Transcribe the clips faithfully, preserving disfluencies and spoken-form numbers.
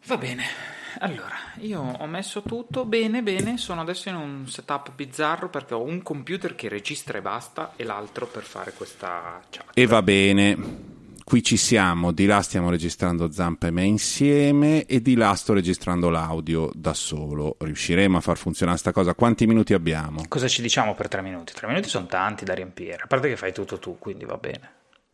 Va bene, allora, io ho messo tutto bene, bene, sono adesso in un setup bizzarro perché ho un computer che registra e basta e l'altro per fare questa chat. E va bene, qui ci siamo, di là stiamo registrando Zampa e me insieme e di là sto registrando l'audio da solo. Riusciremo a far funzionare sta cosa? Quanti minuti abbiamo? Cosa ci diciamo per tre minuti? Tre minuti sono tanti da riempire, a parte che fai tutto tu, quindi va bene.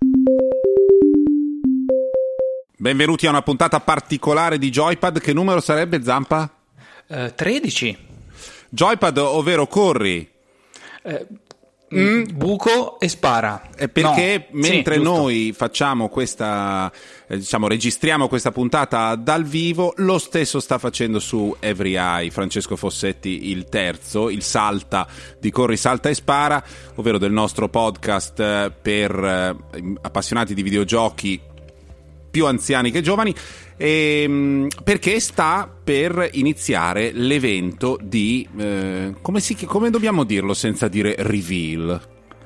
Benvenuti a una puntata particolare di Joypad. Che numero sarebbe, Zampa? Uh, tredici. Joypad, ovvero corri. Uh, mm. Buco e spara. È perché no. mentre sì, noi facciamo questa, eh, diciamo, registriamo questa puntata dal vivo, lo stesso sta facendo su Every Eye Francesco Fossetti, il terzo, il salta di Corri, Salta e Spara, ovvero del nostro podcast eh, per eh, appassionati di videogiochi più anziani che giovani, e, perché sta per iniziare l'evento di eh, come, si, come dobbiamo dirlo senza dire reveal?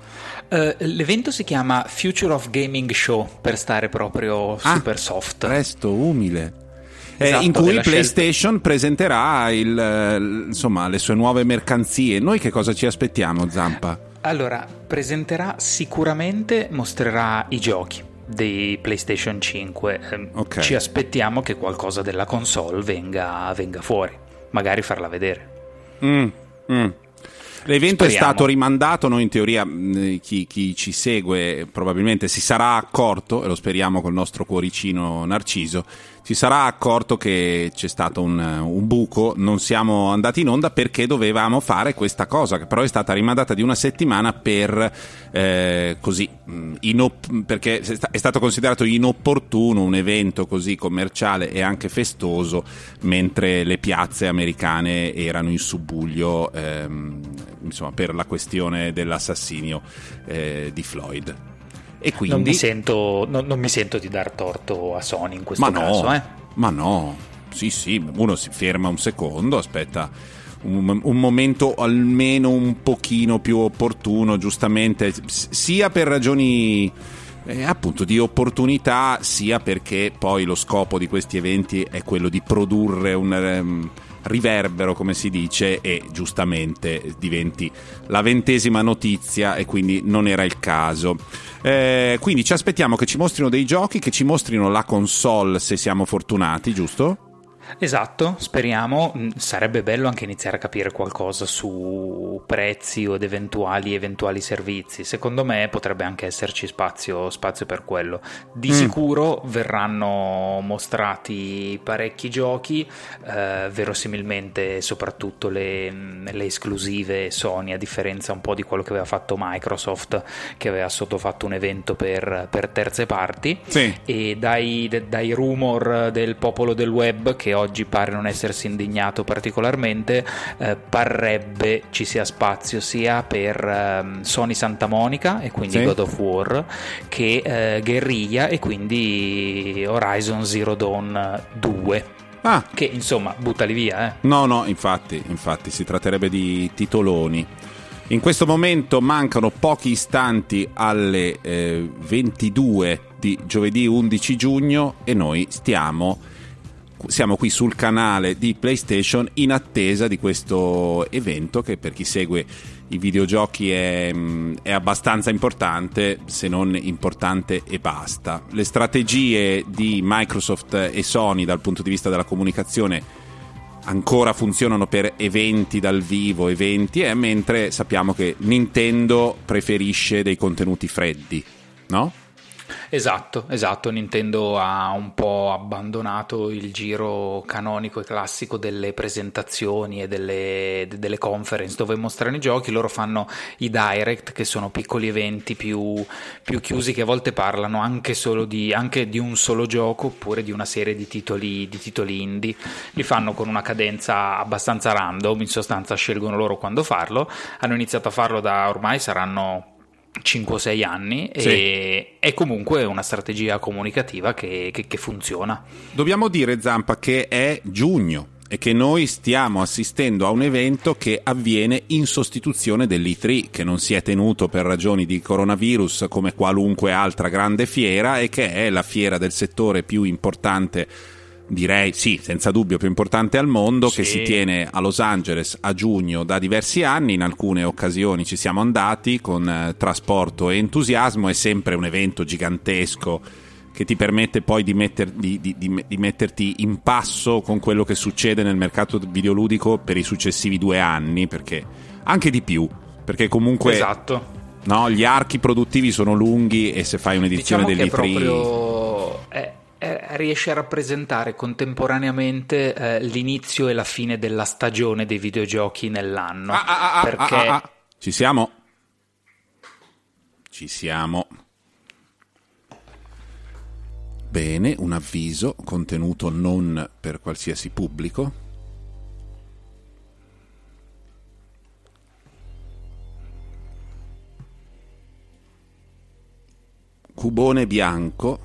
Uh, l'evento si chiama Future of Gaming Show, per stare proprio ah, super soft. Presto, umile. Esatto, eh, in cui PlayStation scelta. presenterà il, insomma, le sue nuove mercanzie. Noi che cosa ci aspettiamo, Zampa? Allora, presenterà sicuramente, mostrerà i giochi di PlayStation cinque. Okay. Ci aspettiamo che qualcosa della console venga, venga fuori, magari farla vedere. Mm, mm. L'evento Speriamo. È stato rimandato, noi in teoria chi, chi ci segue probabilmente si sarà accorto, e lo speriamo col nostro cuoricino Narciso, si sarà accorto che c'è stato un, un buco, non siamo andati in onda perché dovevamo fare questa cosa, che però è stata rimandata di una settimana per eh, così, inop- perché è stato considerato inopportuno un evento così commerciale e anche festoso mentre le piazze americane erano in subbuglio ehm, insomma, per la questione dell'assassinio eh, di Floyd. E quindi non mi sento non, non mi sento di dar torto a Sony in questo ma no, caso, eh? Ma no, sì sì, uno si ferma un secondo, aspetta un, un momento almeno un pochino più opportuno, giustamente, sia per ragioni eh, appunto di opportunità, sia perché poi lo scopo di questi eventi è quello di produrre un um, riverbero, come si dice, e giustamente diventi la ventesima notizia e quindi non era il caso. Eh, quindi ci aspettiamo che ci mostrino dei giochi, che ci mostrino la console se siamo fortunati, giusto? Esatto, speriamo. Sarebbe bello anche iniziare a capire qualcosa su prezzi o ed eventuali eventuali servizi. Secondo me potrebbe anche esserci spazio, spazio per quello. Di mm. sicuro verranno mostrati parecchi giochi, eh, verosimilmente soprattutto le, le esclusive Sony, a differenza un po' di quello che aveva fatto Microsoft, che aveva sottofatto un evento per, per terze parti. Sì. E dai, dai rumor del popolo del web, che oggi pare non essersi indignato particolarmente, eh, parrebbe ci sia spazio sia per eh, Sony Santa Monica e quindi sì. God of War, che eh, Guerrilla e quindi Horizon Zero Dawn due. Ah. Che insomma buttali via, eh. No no, infatti, infatti si tratterebbe di titoloni. In questo momento mancano pochi istanti alle eh, ventidue di giovedì undici giugno e noi stiamo Siamo qui sul canale di PlayStation in attesa di questo evento che per chi segue i videogiochi è, è abbastanza importante, se non importante e basta. Le strategie di Microsoft e Sony dal punto di vista della comunicazione ancora funzionano per eventi dal vivo, eventi, eh, mentre sappiamo che Nintendo preferisce dei contenuti freddi, no? Esatto, esatto, Nintendo ha un po' abbandonato il giro canonico e classico delle presentazioni e delle, delle conference dove mostrano i giochi. Loro fanno i direct, che sono piccoli eventi più, più chiusi, che a volte parlano anche solo di, anche di un solo gioco oppure di una serie di titoli, di titoli indie. Li fanno con una cadenza abbastanza random, in sostanza scelgono loro quando farlo. Hanno iniziato a farlo da ormai saranno cinque o sei anni sì. e è comunque una strategia comunicativa che, che, che funziona. Dobbiamo dire, Zampa, che è giugno e che noi stiamo assistendo a un evento che avviene in sostituzione dell'E tre, che non si è tenuto per ragioni di coronavirus come qualunque altra grande fiera e che è la fiera del settore più importante direi sì, senza dubbio più importante al mondo, sì. che si tiene a Los Angeles a giugno da diversi anni. In alcune occasioni ci siamo andati con eh, trasporto e entusiasmo. È sempre un evento gigantesco che ti permette poi di, metter, di, di, di, di metterti in passo con quello che succede nel mercato videoludico per i successivi due anni, perché anche di più, perché comunque esatto. no, gli archi produttivi sono lunghi e se fai un'edizione diciamo dell'E tre che proprio è, è, riesce a rappresentare contemporaneamente eh, l'inizio e la fine della stagione dei videogiochi nell'anno. Ah, ah, ah, perché ah, ah, ah. Ci siamo? Ci siamo. Bene, un avviso contenuto non per qualsiasi pubblico. Cubone bianco.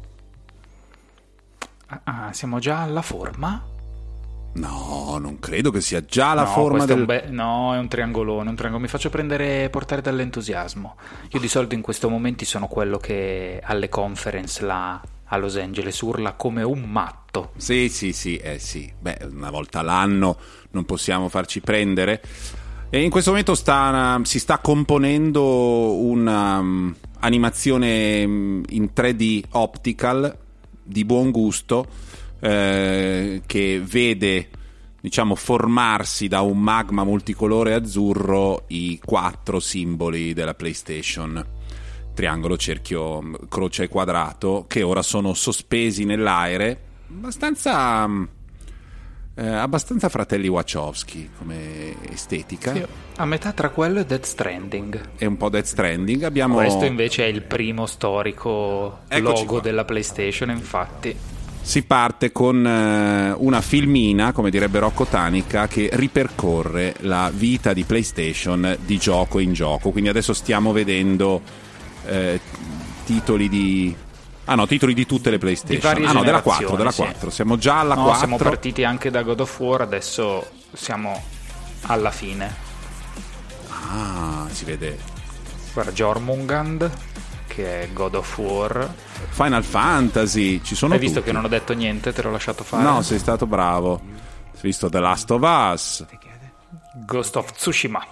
Ah, siamo già alla forma? No, non credo che sia già la no, forma del... È un be... No, è un triangolone, un triangolo. Mi faccio prendere, portare dall'entusiasmo. Io di solito in questi momenti sono quello che alle conference là a Los Angeles urla come un matto. Sì, sì, sì, eh sì. Beh, una volta l'anno non possiamo farci prendere. E in questo momento sta, si sta componendo un'animazione um, in tre D optical di buon gusto, eh, che vede, diciamo, formarsi da un magma multicolore azzurro i quattro simboli della PlayStation: triangolo, cerchio, croce e quadrato, che ora sono sospesi nell'aere, abbastanza eh, abbastanza fratelli Wachowski come estetica. Sì, a metà tra quello e Death Stranding. E un po' Death Stranding. Abbiamo... Questo invece è il primo storico Eccoci logo qua. della PlayStation, infatti. Si parte con eh, una filmina, come direbbe Rocco Tanica, che ripercorre la vita di PlayStation di gioco in gioco. Quindi adesso stiamo vedendo eh, titoli di... Ah no, titoli di tutte le PlayStation. Ah no, della quattro, della sì. quattro. Siamo già alla no, quattro. Siamo partiti anche da God of War, adesso siamo alla fine. Ah, si vede. Guarda, Jormungand, che è God of War. Final Fantasy, ci sono Hai visto tutti. che non ho detto niente, te l'ho lasciato fare? No, sei stato bravo. Hai visto The Last of Us. Ghost of Tsushima.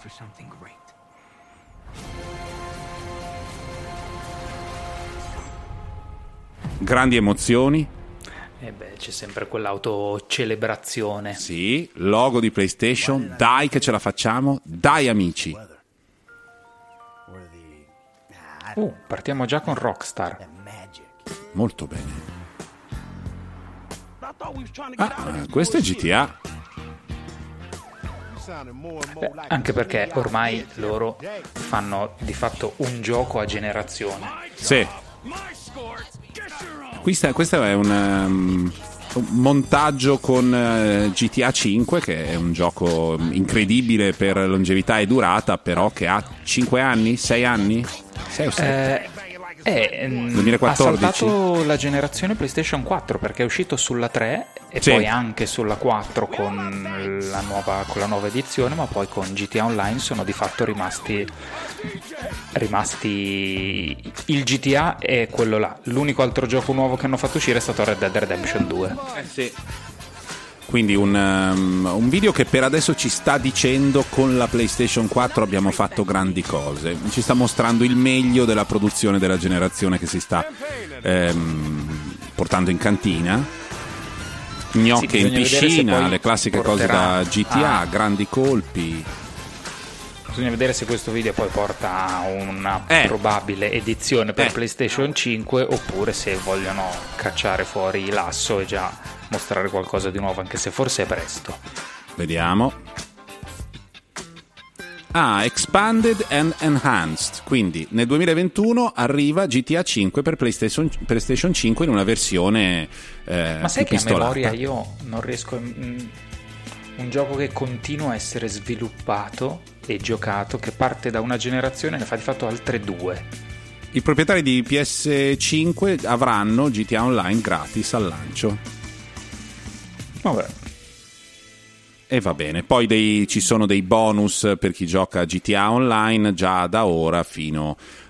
Grandi emozioni. E beh, c'è sempre quell'autocelebrazione. Sì, logo di PlayStation. Dai che ce la facciamo. Dai amici. Uh, partiamo già con Rockstar. Molto bene. Ah, questo è G T A. Beh, anche perché ormai loro fanno di fatto un gioco a generazione. Sì. Questa, questo è un, um, un montaggio con uh, G T A cinque, che è un gioco incredibile per longevità e durata, però che ha cinque anni, sei anni? sei o sette? Eh, eh, duemilaquattordici? Ha saltato la generazione PlayStation quattro perché è uscito sulla tre e sì. poi anche sulla quattro con la nuova, con la nuova edizione, ma poi con G T A Online sono di fatto rimasti rimasti il G T A è quello là. L'unico altro gioco nuovo che hanno fatto uscire è stato Red Dead Redemption due. Eh sì. Quindi un, um, un video che per adesso ci sta dicendo: con la PlayStation quattro abbiamo fatto grandi cose. Ci sta mostrando il meglio della produzione della generazione che si sta ehm, portando in cantina. Gnocche sì, in piscina, le classiche cose da G T A, a... grandi colpi. Bisogna vedere se questo video poi porta a una eh. probabile edizione per eh. PlayStation cinque, oppure se vogliono cacciare fuori l'asso e già mostrare qualcosa di nuovo, anche se forse è presto. Vediamo. Ah, Expanded and Enhanced. Quindi nel duemilaventuno arriva G T A cinque per PlayStation, PlayStation cinque in una versione eh, ma sai che pistolata. A memoria io non riesco a... un gioco che continua a essere sviluppato e giocato, che parte da una generazione e ne fa di fatto altre due. I proprietari di P S cinque avranno G T A Online gratis al lancio. Vabbè. E va bene. Poi dei, ci sono dei bonus per chi gioca G T A Online già da ora fino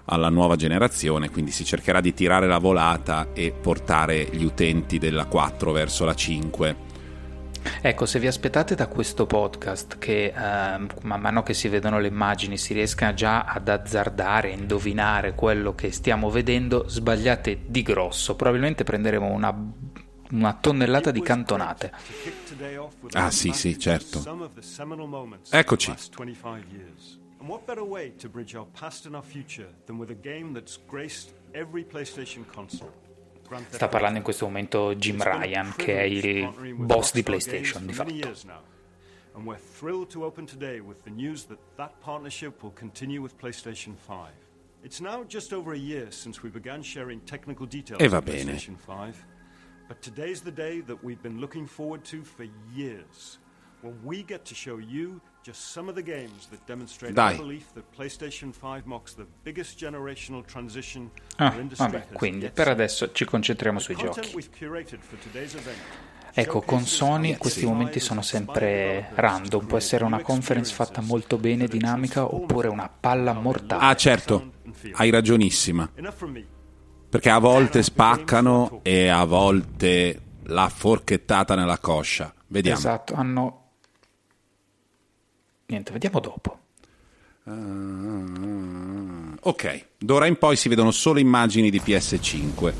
alla nuova generazione, quindi si cercherà di tirare la volata e portare gli utenti della quattro verso la cinque. Ecco, se vi aspettate da questo podcast che eh, man mano che si vedono le immagini si riesca già ad azzardare, a indovinare quello che stiamo vedendo, sbagliate di grosso. Probabilmente prenderemo una, una tonnellata di cantonate. Ah sì, sì, certo. Eccoci. And what better way to bridge our past and our future than with a game that's graced every PlayStation console? Sta parlando in questo momento Jim Ryan, che è il boss di PlayStation, di fatto. And we're thrilled to open today with the news that that partnership will continue with PlayStation five. It's now just over a year since we began sharing technical details E va of bene. PlayStation five, but today's the day that we've been looking forward to for years. When we get to show you just some of the games that demonstrate Dai. our belief that PlayStation five marks the biggest generational transition Ah, our industry vabbè, has quindi yet per seen. adesso ci concentriamo sui The content giochi. we've curated for today's event Ecco, con showcases Sony how questi P S momenti five sono is sempre inspiring random, developers può to essere una create new conference fatta experiences molto bene, that dinamica, transform oppure una palla mortale. Ah certo, hai ragionissima, Enough from me. perché a volte spaccano e a volte la forchettata nella coscia. Vediamo. Esatto, hanno... Niente, vediamo dopo. Uh, ok, d'ora in poi si vedono solo immagini di P S cinque.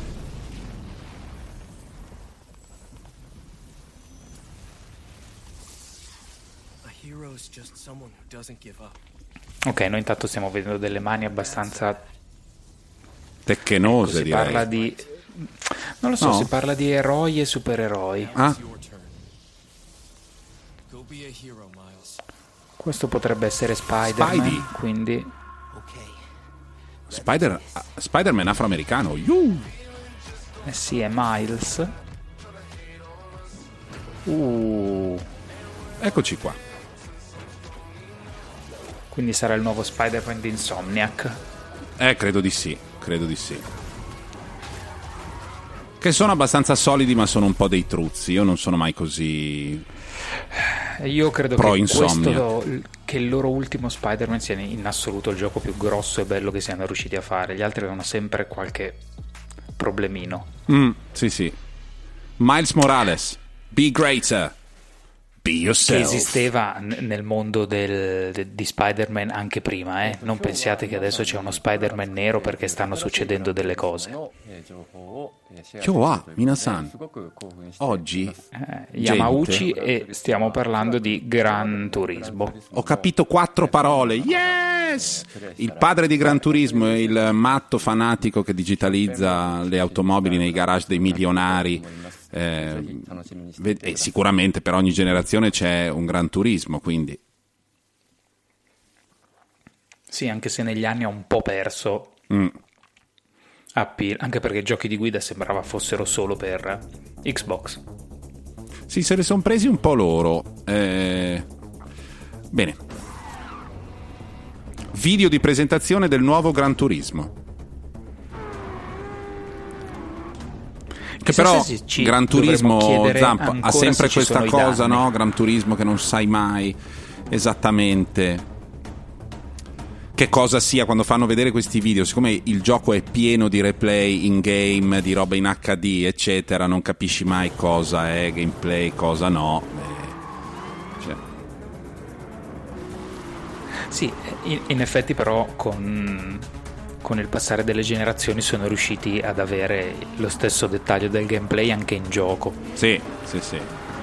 A hero is just someone who doesn't give up. Ok, noi intanto stiamo vedendo delle mani abbastanza... Teckenose, si direi. parla di... Non lo so, No. si parla di eroi e supereroi. Ah, It's your turn. Go be a hero, Miles. Questo potrebbe essere Spider-Man, Spidey. quindi... Okay. Spider- ah, Spider-Man afroamericano. Yuh! Eh sì, è Miles. Uh, Eccoci qua. quindi sarà il nuovo Spider-Man di Insomniac. Eh, credo di sì, credo di sì. Che sono abbastanza solidi, ma sono un po' dei truzzi. Io non sono mai così... Io credo Pro che Insomnia. questo, che il loro ultimo Spider-Man sia in assoluto il gioco più grosso e bello che siano riusciti a fare. Gli altri avevano sempre qualche problemino. Mm, sì, sì. Miles Morales, be greater. Be Che yourself. esisteva n- nel mondo del, de- di Spider-Man anche prima, eh? Non pensiate che adesso c'è uno Spider-Man nero perché stanno succedendo delle cose. Kyowa, minasan. Oggi Eh, Yamauchi, gente, e stiamo parlando di Gran Turismo. ho capito quattro parole. Yes! Il padre di Gran Turismo è il matto fanatico che digitalizza le automobili nei garage dei milionari. Eh, ve- e sicuramente per ogni generazione c'è un Gran Turismo, quindi Sì, anche se negli anni ha un po' perso mm. appeal, anche perché i giochi di guida sembrava fossero solo per Xbox. sì, se ne sono presi un po' loro. Eh, bene. Video di presentazione del nuovo Gran Turismo. Che Chissà però se ci Gran dovremmo Turismo chiedere Zampa ha ancora sempre se ci questa sono i cosa, danni. no? Gran Turismo che non sai mai esattamente che cosa sia quando fanno vedere questi video. Siccome il gioco è pieno di replay in game, di roba in acca di, eccetera, non capisci mai cosa è gameplay, cosa no. Eh, cioè, Sì, in, in effetti però con, con il passare delle generazioni sono riusciti ad avere lo stesso dettaglio del gameplay anche in gioco. sì, sì, sì.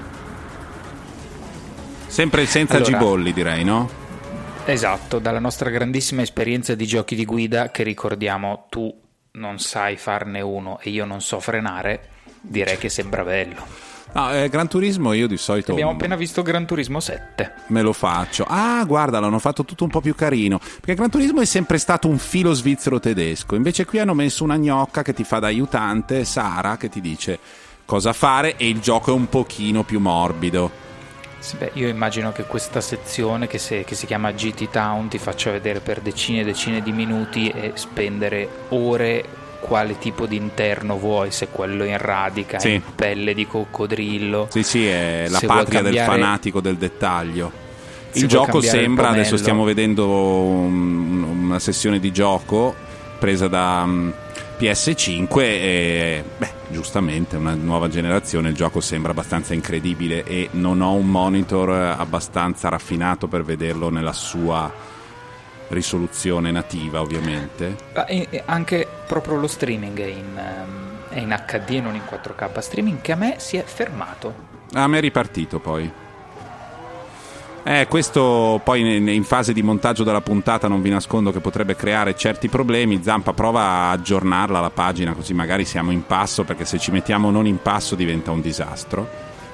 Sempre senza Allora- gibolli, direi, no? Esatto, dalla nostra grandissima esperienza di giochi di guida, che ricordiamo tu non sai farne uno e io non so frenare, direi che sembra bello. No, eh, Gran Turismo io di solito Abbiamo appena visto Gran Turismo sette. me lo faccio. Ah, guarda, l'hanno fatto tutto un po' più carino, perché Gran Turismo è sempre stato un filo svizzero tedesco, invece qui hanno messo una gnocca che ti fa da aiutante, Sara, che ti dice cosa fare, e il gioco è un pochino più morbido. Sì, beh, io immagino che questa sezione che, se, che si chiama G T Town ti faccia vedere per decine e decine di minuti e spendere ore quale tipo di interno vuoi, se quello in radica, Sì. in pelle di coccodrillo. Sì, sì, è la Se vuoi patria del cambiare- fanatico del dettaglio. il gioco sembra, il adesso stiamo vedendo un, una sessione di gioco presa da um, P S cinque e beh, giustamente una nuova generazione, il gioco sembra abbastanza incredibile e non ho un monitor abbastanza raffinato per vederlo nella sua risoluzione nativa, ovviamente. Anche proprio lo streaming è in, è in H D e non in quattro K, streaming che a me si è fermato. A me è ripartito poi. Eh, questo poi in fase di montaggio della puntata non vi nascondo che potrebbe creare certi problemi. Zampa, prova a aggiornarla la pagina così magari siamo in passo, perché se ci mettiamo non in passo diventa un disastro.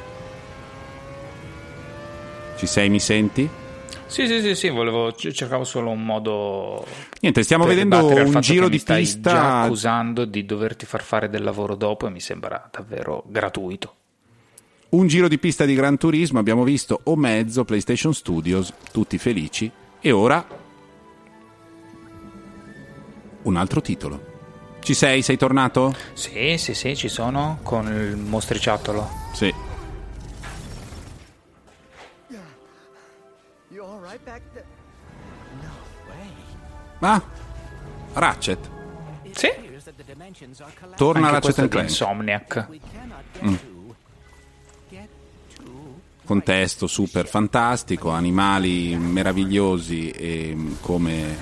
Ci sei, mi senti? Sì, sì, sì, sì, volevo, cercavo solo un modo. Niente, stiamo vedendo un giro di pista. Mi stai già accusando di doverti far fare del lavoro dopo e mi sembra davvero gratuito. Un giro di pista di Gran Turismo, abbiamo visto o mezzo PlayStation Studios, tutti felici, e ora un altro titolo. Ci sei? Sei tornato? Sì, sì, sì, ci sono, con il mostriciattolo. Sì. Ah, Ratchet. Sì. Torna anche Ratchet and Clank. Insomniac. Mm. Contesto super fantastico, animali meravigliosi e come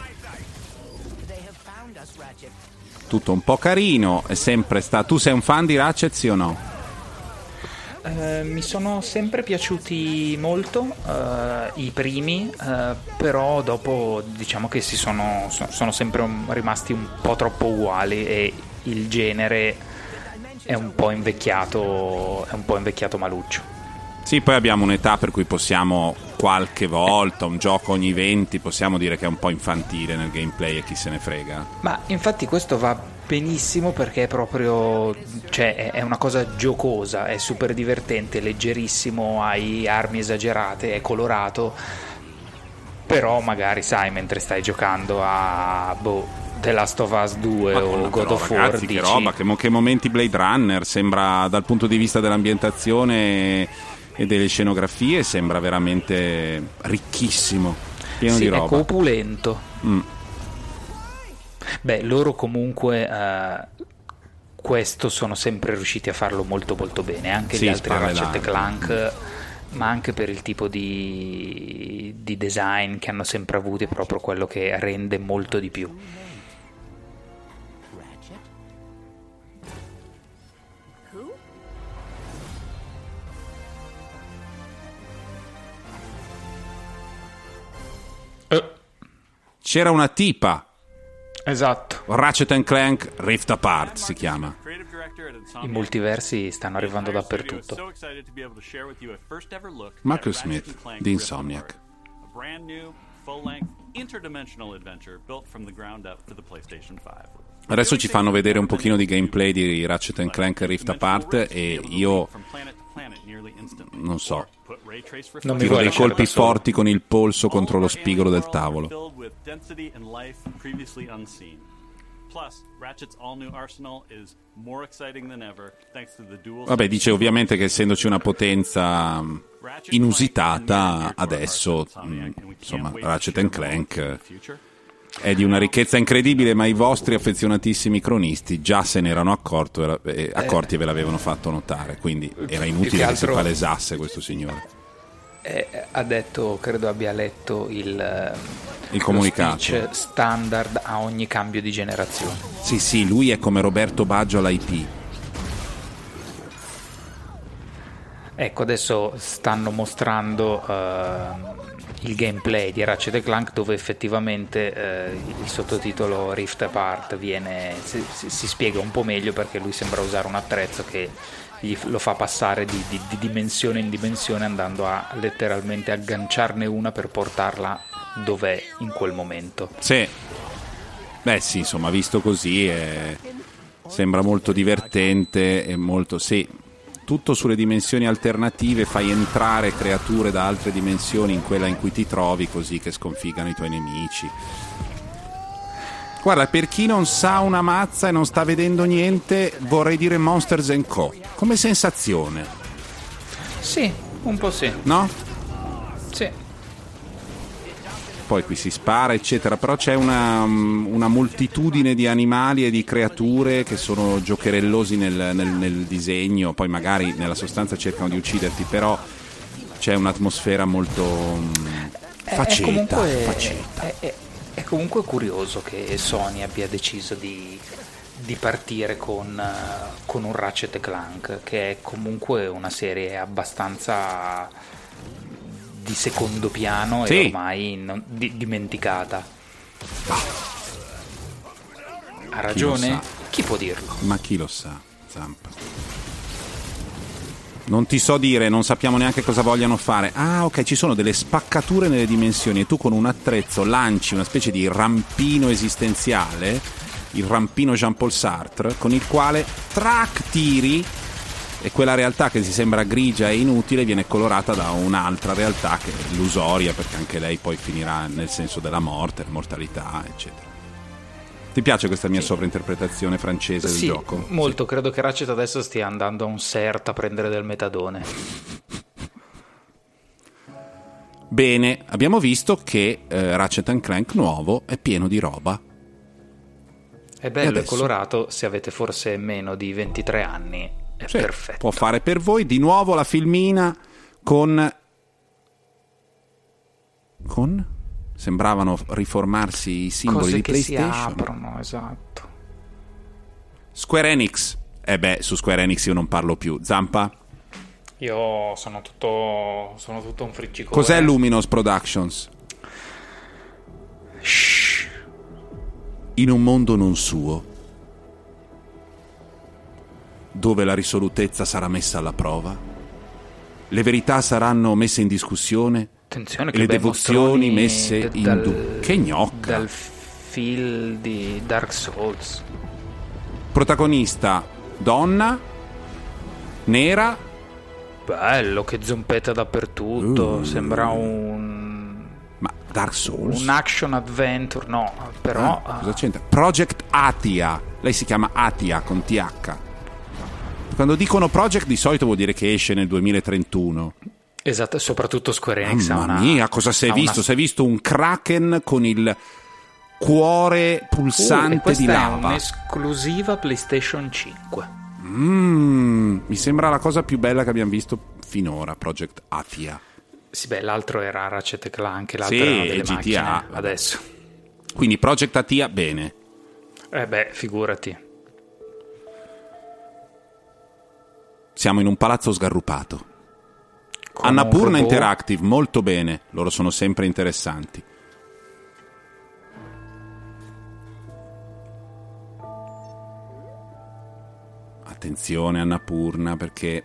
tutto un po' carino. È sempre stato. Tu sei un fan di Ratchet, sì o no? Uh, mi sono sempre piaciuti molto uh, i primi, uh, però dopo diciamo che si sono, sono sempre un, rimasti un po' troppo uguali e il genere è un po' invecchiato, è un po' invecchiato maluccio. Sì, poi abbiamo un'età per cui possiamo qualche volta, un gioco ogni venti, possiamo dire che è un po' infantile nel gameplay e chi se ne frega. Ma infatti questo va benissimo perché è proprio, cioè è una cosa giocosa, è super divertente, leggerissimo, hai armi esagerate, è colorato, però magari sai mentre stai giocando a boh, The Last of Us due ma o God però, of War, ragazzi, dici... che roba, che, che momenti Blade Runner, sembra dal punto di vista dell'ambientazione e delle scenografie sembra veramente ricchissimo, pieno sì, di roba. Ecco, opulento. Mm. Beh, loro comunque uh, questo sono sempre riusciti a farlo molto molto bene, anche sì, gli altri Ratchet e Clank, mm. ma anche per il tipo di, di design che hanno sempre avuto, è proprio quello che rende molto di più. C'era una tipa. Esatto. Ratchet and Clank Rift Apart si chiama. I multiversi stanno arrivando dappertutto. Marcus Smith di Insomniac. Adesso ci fanno vedere un pochino di gameplay di Ratchet and Clank Rift Apart e io non so, non mi tiro vuoi dei colpi solo. forti con il polso contro lo spigolo del tavolo. Vabbè, dice ovviamente che essendoci una potenza inusitata adesso, insomma, Ratchet and Clank è di una ricchezza incredibile, ma i vostri affezionatissimi cronisti già se ne erano accorto, eh, accorti e ve l'avevano fatto notare, quindi era inutile che, altro, che si palesasse questo signore. Eh, ha detto, credo abbia letto il, il comunicato speech standard a ogni cambio di generazione. Sì, sì, lui è come Roberto Baggio all'I P. Ecco, adesso stanno mostrando uh, il gameplay di Ratchet and Clank, dove effettivamente eh, il sottotitolo Rift Apart viene si, si, si spiega un po' meglio, perché lui sembra usare un attrezzo che gli lo fa passare di, di, di dimensione in dimensione, andando a letteralmente agganciarne una per portarla dov'è in quel momento. Sì, beh sì, insomma, visto così è... sembra molto divertente e molto, sì, tutto sulle dimensioni alternative, fai entrare creature da altre dimensioni in quella in cui ti trovi, così che sconfiggano i tuoi nemici. Guarda, per chi non sa una mazza e non sta vedendo niente, vorrei dire Monsters and Co. come sensazione. Sì, un po' sì. No? Sì. poi qui si spara eccetera, però c'è una, una moltitudine di animali e di creature che sono giocherellosi nel, nel, nel disegno, poi magari nella sostanza cercano di ucciderti, però c'è un'atmosfera molto faceta, è comunque, faceta. È, è, è comunque curioso che Sony abbia deciso di, di partire con, con un Ratchet e Clank, che è comunque una serie abbastanza di secondo piano sì. e ormai non, di, dimenticata. Ha ragione? Chi, chi può dirlo? Ma chi lo sa, Zampa? Non ti so dire, non sappiamo neanche cosa vogliano fare. Ah, ok, ci sono delle spaccature nelle dimensioni e tu con un attrezzo lanci una specie di rampino esistenziale, il rampino Jean-Paul Sartre, con il quale track tiri e quella realtà che ti sembra grigia e inutile viene colorata da un'altra realtà che è illusoria, perché anche lei poi finirà nel senso della morte, mortalità, eccetera. Ti piace questa mia sì. sovrainterpretazione francese sì, del gioco? Molto, sì. Credo che Ratchet adesso stia andando a un C E R T a prendere del metadone. Bene, abbiamo visto che eh, Ratchet and Clank nuovo è pieno di roba. È bello e colorato, se avete forse meno di ventitré anni è sì, perfetto. Può fare per voi. Di nuovo la filmina con... Con... Sembravano riformarsi i simboli cose di che PlayStation. Si aprono, esatto. Square Enix. Eh beh, su Square Enix io non parlo più. Zampa? Io sono tutto sono tutto un friccicore. Cos'è Luminous Productions? Shh. In un mondo non suo, dove la risolutezza sarà messa alla prova, le verità saranno messe in discussione, attenzione, e le devozioni messe d- in dal, du- che gnocca dal feel di Dark Souls. Protagonista donna nera, bello, che zompetta dappertutto. uh. Sembra un ma Dark Souls, un action adventure, no, però ah, cosa c'entra? Project Atia, lei si chiama Atia con T H. Quando dicono Project di solito vuol dire che esce nel duemilatrentuno. Esatto, soprattutto Square Enix. Mamma una, mia, cosa sei visto? Una... Sei visto un Kraken con il cuore pulsante uh, di lava. È un'esclusiva PlayStation cinque. Mm, mi sembra la cosa più bella che abbiamo visto finora, Project Athia. Sì, beh, l'altro era Ratchet e Clank, l'altro sì, erano delle G T A macchine, adesso. Quindi Project Athia, bene. Eh beh, figurati. Siamo in un palazzo sgarrupato. Annapurna Interactive, molto bene, loro sono sempre interessanti. Attenzione Annapurna, perché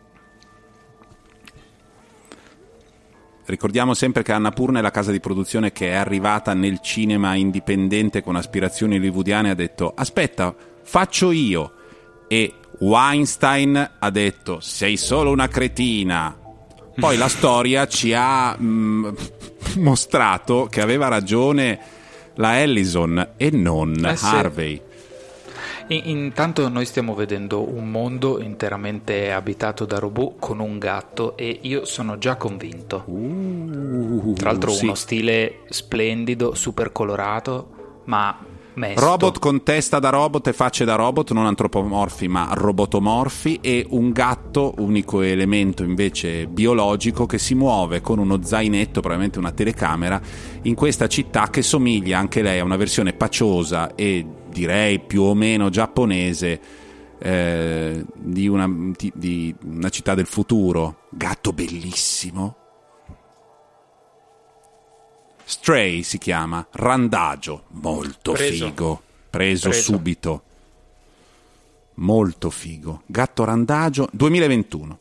ricordiamo sempre che Annapurna è la casa di produzione che è arrivata nel cinema indipendente con aspirazioni hollywoodiane e ha detto aspetta, faccio io, e Weinstein ha detto sei solo una cretina. Poi la storia ci ha mh, mostrato che aveva ragione la Ellison e non eh sì. Harvey. In, intanto noi stiamo vedendo un mondo interamente abitato da robot con un gatto e io sono già convinto. Uh, Tra l'altro sì. uno stile splendido, super colorato, ma mesto. Robot con testa da robot e facce da robot, non antropomorfi ma robotomorfi, e un gatto, unico elemento invece biologico, che si muove con uno zainetto, probabilmente una telecamera, in questa città che somiglia anche lei a una versione paciosa e direi più o meno giapponese eh, di, una, di, di una città del futuro. Gatto bellissimo. Stray si chiama, Randagio, molto Preso. figo, preso, Preso subito, molto figo. Gatto Randagio duemilaventuno.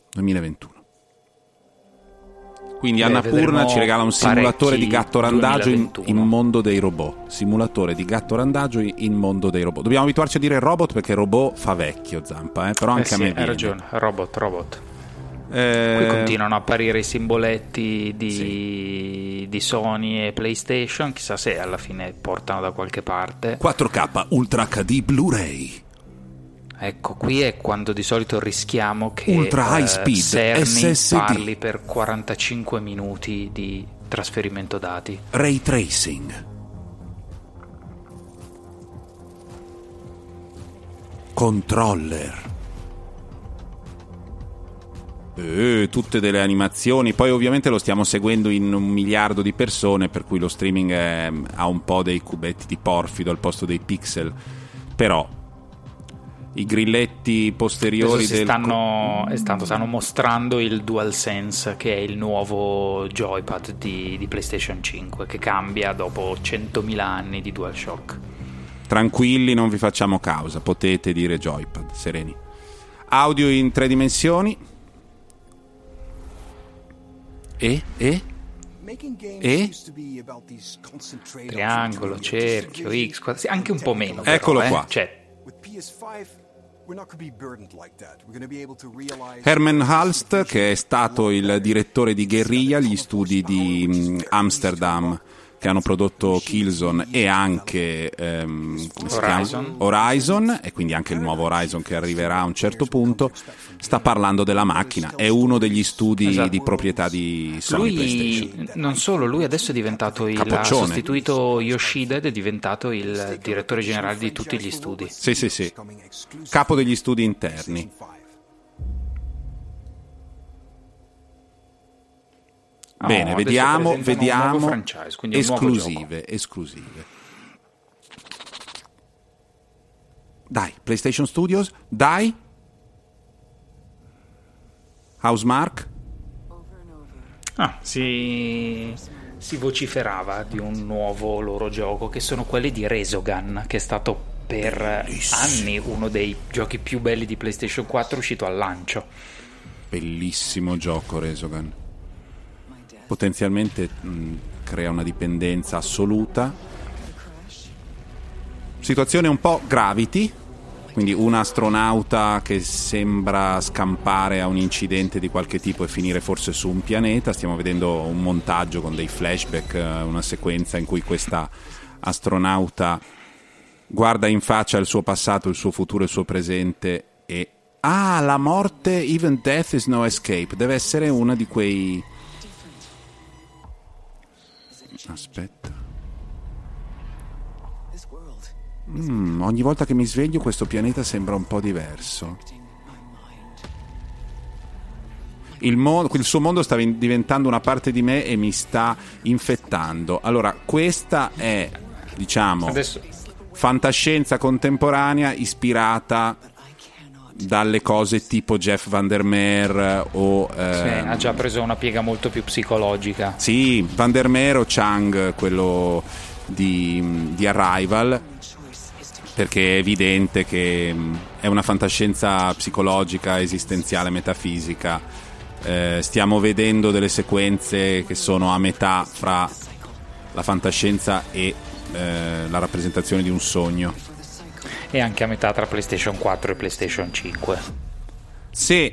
Quindi Beh, Annapurna ci regala un simulatore di gatto randagio in, in mondo dei robot. Simulatore di gatto randagio in mondo dei robot. Dobbiamo abituarci a dire robot perché robot fa vecchio, Zampa, eh? Però anche eh sì, a me hai viene. ragione, robot, robot. Eh... Qui continuano a apparire i simboletti di, sì. di Sony e PlayStation, chissà se alla fine portano da qualche parte. quattro K Ultra H D Blu-ray. Ecco, qui è quando di solito rischiamo che Ultra High eh, Speed Cerny S S D parli per quarantacinque minuti di trasferimento dati. Ray tracing. Controller. Eh, tutte delle animazioni. Poi ovviamente lo stiamo seguendo in un miliardo di persone, per cui lo streaming è, ha un po' dei cubetti di porfido al posto dei pixel. Però i grilletti posteriori si del stanno, stanno, stanno mostrando il DualSense, che è il nuovo joypad di, di PlayStation cinque, che cambia dopo centomila anni di DualShock. Tranquilli, non vi facciamo causa, potete dire joypad, sereni. Audio in tre dimensioni. E? E? E? Triangolo, cerchio, X, quasi, anche un po' meno. Eccolo però, qua. Eh? Cioè, Herman Hulst, che è stato il direttore di Guerrilla, gli studi di um, Amsterdam, che hanno prodotto Killzone e anche ehm, Horizon. Horizon, e quindi anche il nuovo Horizon che arriverà a un certo punto, sta parlando della macchina. È uno degli studi esatto. di proprietà di Sony lui, PlayStation. non solo, lui adesso è diventato il ha sostituito Yoshida ed è diventato il direttore generale di tutti gli studi. Sì, sì, sì. Capo degli studi interni. Oh, Bene, vediamo, vediamo franchise, esclusive, esclusive. Dai, PlayStation Studios, dai. Housemarque. Ah, si, si vociferava di un nuovo loro gioco, che sono quelli di Resogun, che è stato per Bellissimo. anni uno dei giochi più belli di PlayStation quattro uscito al lancio. Bellissimo gioco Resogun. Potenzialmente mh, crea una dipendenza assoluta. Situazione un po' Gravity, quindi un astronauta che sembra scampare a un incidente di qualche tipo e finire forse su un pianeta. Stiamo vedendo un montaggio con dei flashback, una sequenza in cui questa astronauta guarda in faccia il suo passato, il suo futuro e il suo presente e ah, la morte, even death is no escape. Deve essere una di quei aspetta mm, ogni volta che mi sveglio questo pianeta sembra un po' diverso. Il, mo- il suo mondo sta diventando una parte di me e mi sta infettando. Allora, questa è, diciamo, adesso fantascienza contemporanea ispirata dalle cose tipo Jeff Vandermeer o ehm... sì, ha già preso una piega molto più psicologica. Sì, Vandermeer o Chang, quello di, di Arrival, perché è evidente che è una fantascienza psicologica, esistenziale, metafisica. Eh, stiamo vedendo delle sequenze che sono a metà fra la fantascienza e eh, la rappresentazione di un sogno. E anche a metà tra PlayStation quattro e PlayStation cinque. Sì.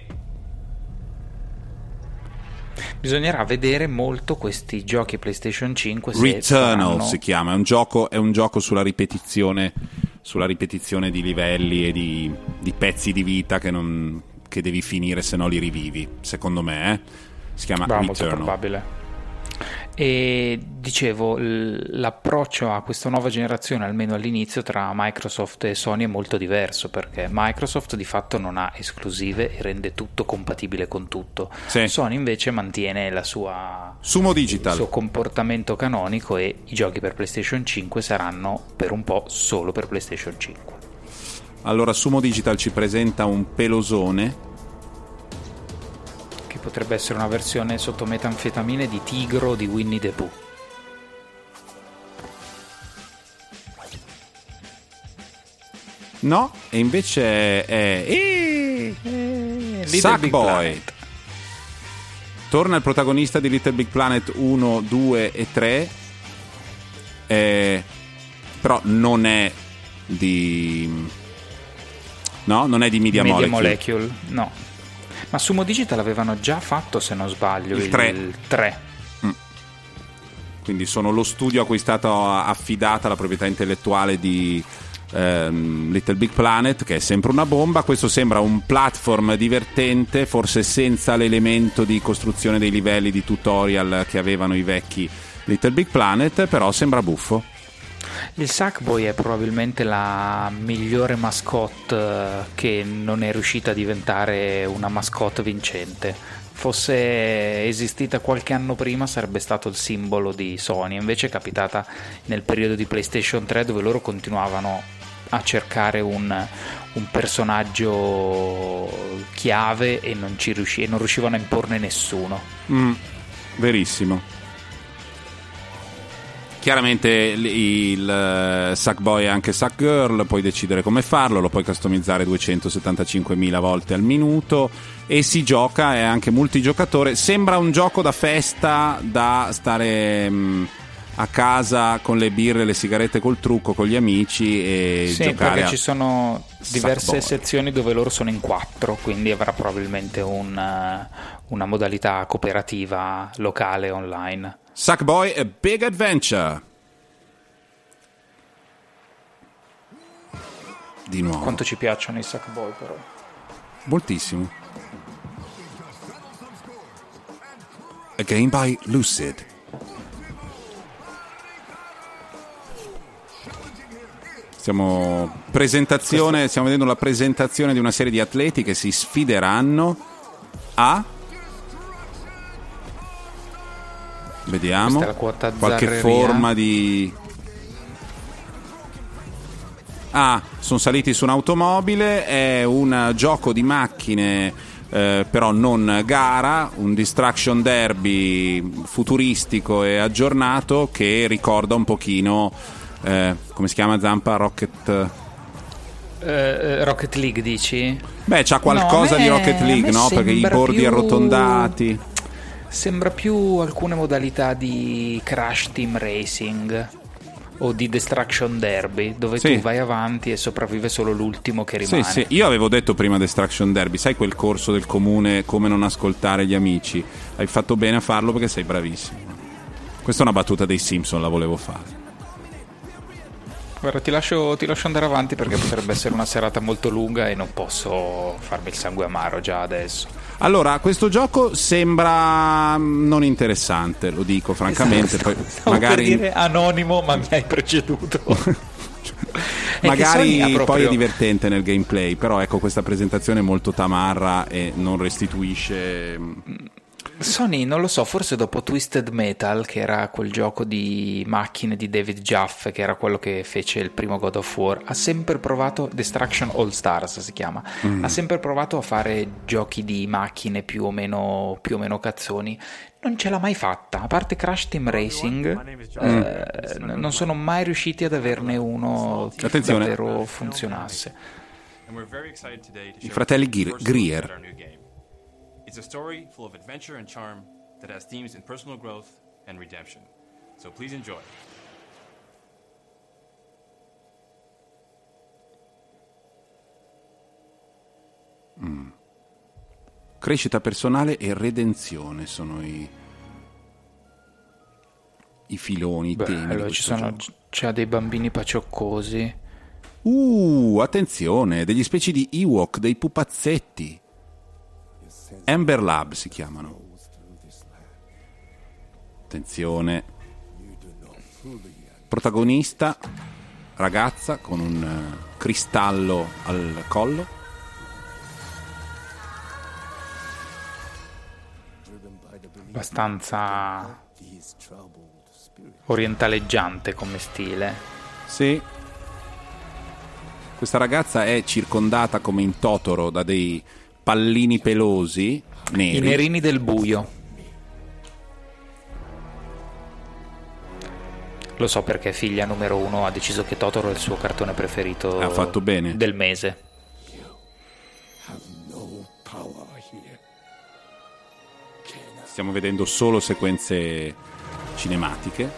Bisognerà vedere molto questi giochi PlayStation cinque. Se Returnal saranno... si chiama, è un gioco, è un gioco sulla ripetizione, sulla ripetizione di livelli e di, di pezzi di vita che, non, che devi finire, se no li rivivi. Secondo me, eh? Si chiama Va, Returnal. molto probabile. E dicevo, l'approccio a questa nuova generazione, almeno all'inizio, tra Microsoft e Sony è molto diverso, perché Microsoft di fatto non ha esclusive e rende tutto compatibile con tutto. Sì. Sony invece mantiene la sua Sumo Digital, il suo comportamento canonico, e i giochi per PlayStation cinque saranno per un po' solo per PlayStation cinque. Allora Sumo Digital ci presenta un pelosone che potrebbe essere una versione sotto metanfetamine di Tigro di Winnie the Pooh. no, e invece è eh, eh, Sackboy. Torna il protagonista di Little Big Planet uno, due e tre, eh, però non è di no, non è di Media, Media Molecule. Molecule, no. Ma Sumo Digital avevano già fatto, se non sbaglio, il tre. Mm. Quindi sono lo studio a cui è stata affidata la proprietà intellettuale di ehm, Little Big Planet, che è sempre una bomba. Questo sembra un platform divertente, forse senza l'elemento di costruzione dei livelli di tutorial che avevano i vecchi Little Big Planet, però sembra buffo. Il Sackboy è probabilmente la migliore mascotte che non è riuscita a diventare una mascotte vincente. Fosse esistita qualche anno prima sarebbe stato il simbolo di Sony, invece è capitata nel periodo di PlayStation tre, dove loro continuavano a cercare un, un personaggio chiave e non, ci riusci- e non riuscivano a imporne nessuno. Mm, verissimo. Chiaramente il, il Sackboy è anche Sackgirl, puoi decidere come farlo, lo puoi customizzare duecentosettantacinquemila volte al minuto e si gioca, è anche multigiocatore. Sembra un gioco da festa, da stare mh, a casa con le birre, le sigarette col trucco, con gli amici e sì, giocare. Perché a ci sono diverse Sackboy. sezioni dove loro sono in quattro, quindi avrà probabilmente un, una modalità cooperativa locale online. Sackboy A Big Adventure. Di nuovo. Quanto ci piacciono i Sackboy, però. Moltissimo. A game by Lucid. Stiamo presentazione, stiamo vedendo la presentazione di una serie di atleti che si sfideranno a Vediamo qualche forma di... Ah, sono saliti su un'automobile. È un gioco di macchine, eh, però non gara, un distraction derby futuristico e aggiornato che ricorda un pochino, eh, come si chiama Zampa? Rocket... Uh, Rocket League, dici? Beh, c'ha qualcosa no, me, di Rocket League, no? Perché i bordi più... arrotondati. Sembra più alcune modalità di Crash Team Racing o di Destruction Derby, dove sì. tu vai avanti e sopravvive solo l'ultimo che rimane. Sì, sì. Io avevo detto prima Destruction Derby, sai quel corso del comune come non ascoltare gli amici? Hai fatto bene a farlo perché sei bravissimo. Questa è una battuta dei Simpson, la volevo fare. Guarda, ti lascio, ti lascio andare avanti perché potrebbe essere una serata molto lunga e non posso farmi il sangue amaro già adesso. Allora, questo gioco sembra non interessante, lo dico francamente. Esatto, poi stavo magari per dire anonimo, ma mi hai preceduto. Magari proprio... poi è divertente nel gameplay, però ecco, questa presentazione è molto tamarra e non restituisce... Sony, non lo so, forse dopo Twisted Metal, che era quel gioco di macchine di David Jaffe, che era quello che fece il primo God of War, ha sempre provato, Destruction All Stars si chiama, mm. ha sempre provato a fare giochi di macchine più o meno, più o meno cazzoni. Non ce l'ha mai fatta, a parte Crash Team Racing, eh, mm. non sono mai riusciti ad averne uno che Attenzione. davvero funzionasse. I fratelli Gre- Greer. It's a story full of adventure and charm that has themes in personal growth and redemption. So please enjoy. Mm. Crescita personale e redenzione sono i i filoni, i Beh, temi. allora ci sono c'ha dei bambini pacioccosi. Uh, attenzione, degli specie di Ewok, dei pupazzetti. Amber Lab si chiamano. Attenzione. Protagonista, ragazza con un uh, cristallo al collo. Abbastanza orientaleggiante come stile. Sì. Questa ragazza è circondata come in Totoro da dei pallini pelosi neri. I nerini del buio. Lo so perché figlia numero uno ha deciso che Totoro è il suo cartone preferito. Ha fatto bene. Del mese. Stiamo vedendo solo sequenze cinematiche.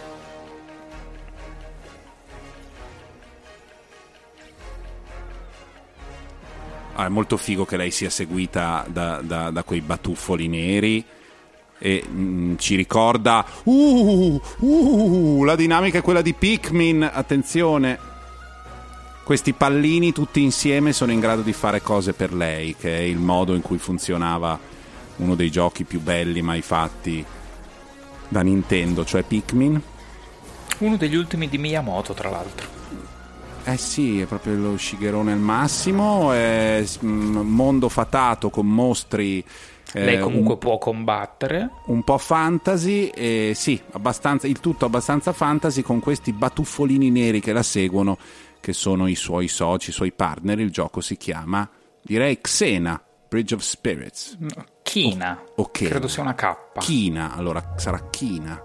Ah, è molto figo che lei sia seguita da, da, da quei batuffoli neri e mh, ci ricorda uh, uh, la dinamica è quella di Pikmin, attenzione. questi pallini tutti insieme sono in grado di fare cose per lei, che è il modo in cui funzionava uno dei giochi più belli mai fatti da Nintendo, cioè Pikmin. Uno degli ultimi di Miyamoto, tra l'altro. Eh sì, è proprio lo Shigerone al massimo, è un mondo fatato con mostri. Lei comunque un, può combattere. Un po' fantasy, e sì, abbastanza, il tutto abbastanza fantasy, con questi batuffolini neri che la seguono, che sono i suoi soci, i suoi partner. Il gioco si chiama, direi, Xena, Bridge of Spirits. No, Kina, o, o Kena. Credo sia una K. Kina, allora sarà Kina.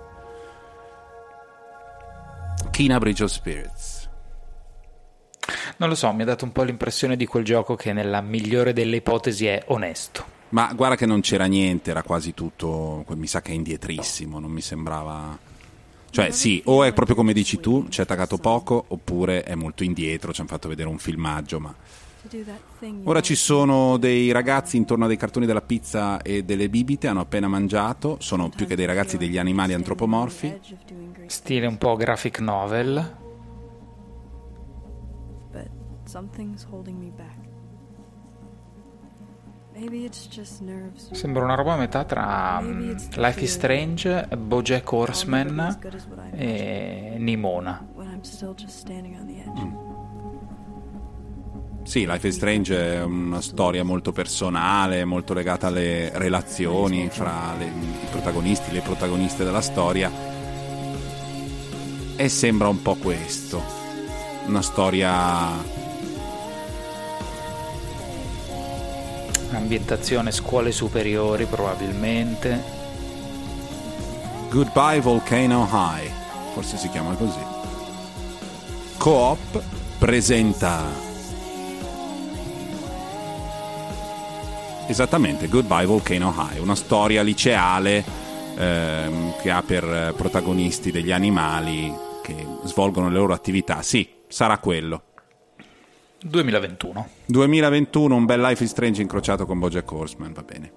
Kina Bridge of Spirits. Non lo so, mi ha dato un po' l'impressione di quel gioco che nella migliore delle ipotesi è onesto. Ma guarda che non c'era niente, era quasi tutto, mi sa che è indietrissimo, non mi sembrava... Cioè sì, o è proprio come dici tu, ci è attaccato poco, oppure è molto indietro, ci hanno fatto vedere un filmaggio, ma... Ora ci sono dei ragazzi intorno a dei cartoni della pizza e delle bibite, hanno appena mangiato, sono più che dei ragazzi degli animali antropomorfi. Stile un po' graphic novel. Sembra una roba a metà tra um, Life is Strange, BoJack Horseman e Nimona. Mm. Sì, Life is Strange è una storia molto personale, molto legata alle relazioni fra le, i protagonisti, le protagoniste della storia, e sembra un po' questo, una storia... Ambientazione scuole superiori probabilmente. Goodbye Volcano High, forse si chiama così. Coop presenta esattamente Goodbye Volcano High, una storia liceale ehm, che ha per protagonisti degli animali che svolgono le loro attività. Sì, sarà quello. duemilaventuno duemilaventuno, un bel Life is Strange incrociato con BoJack Horseman, va bene.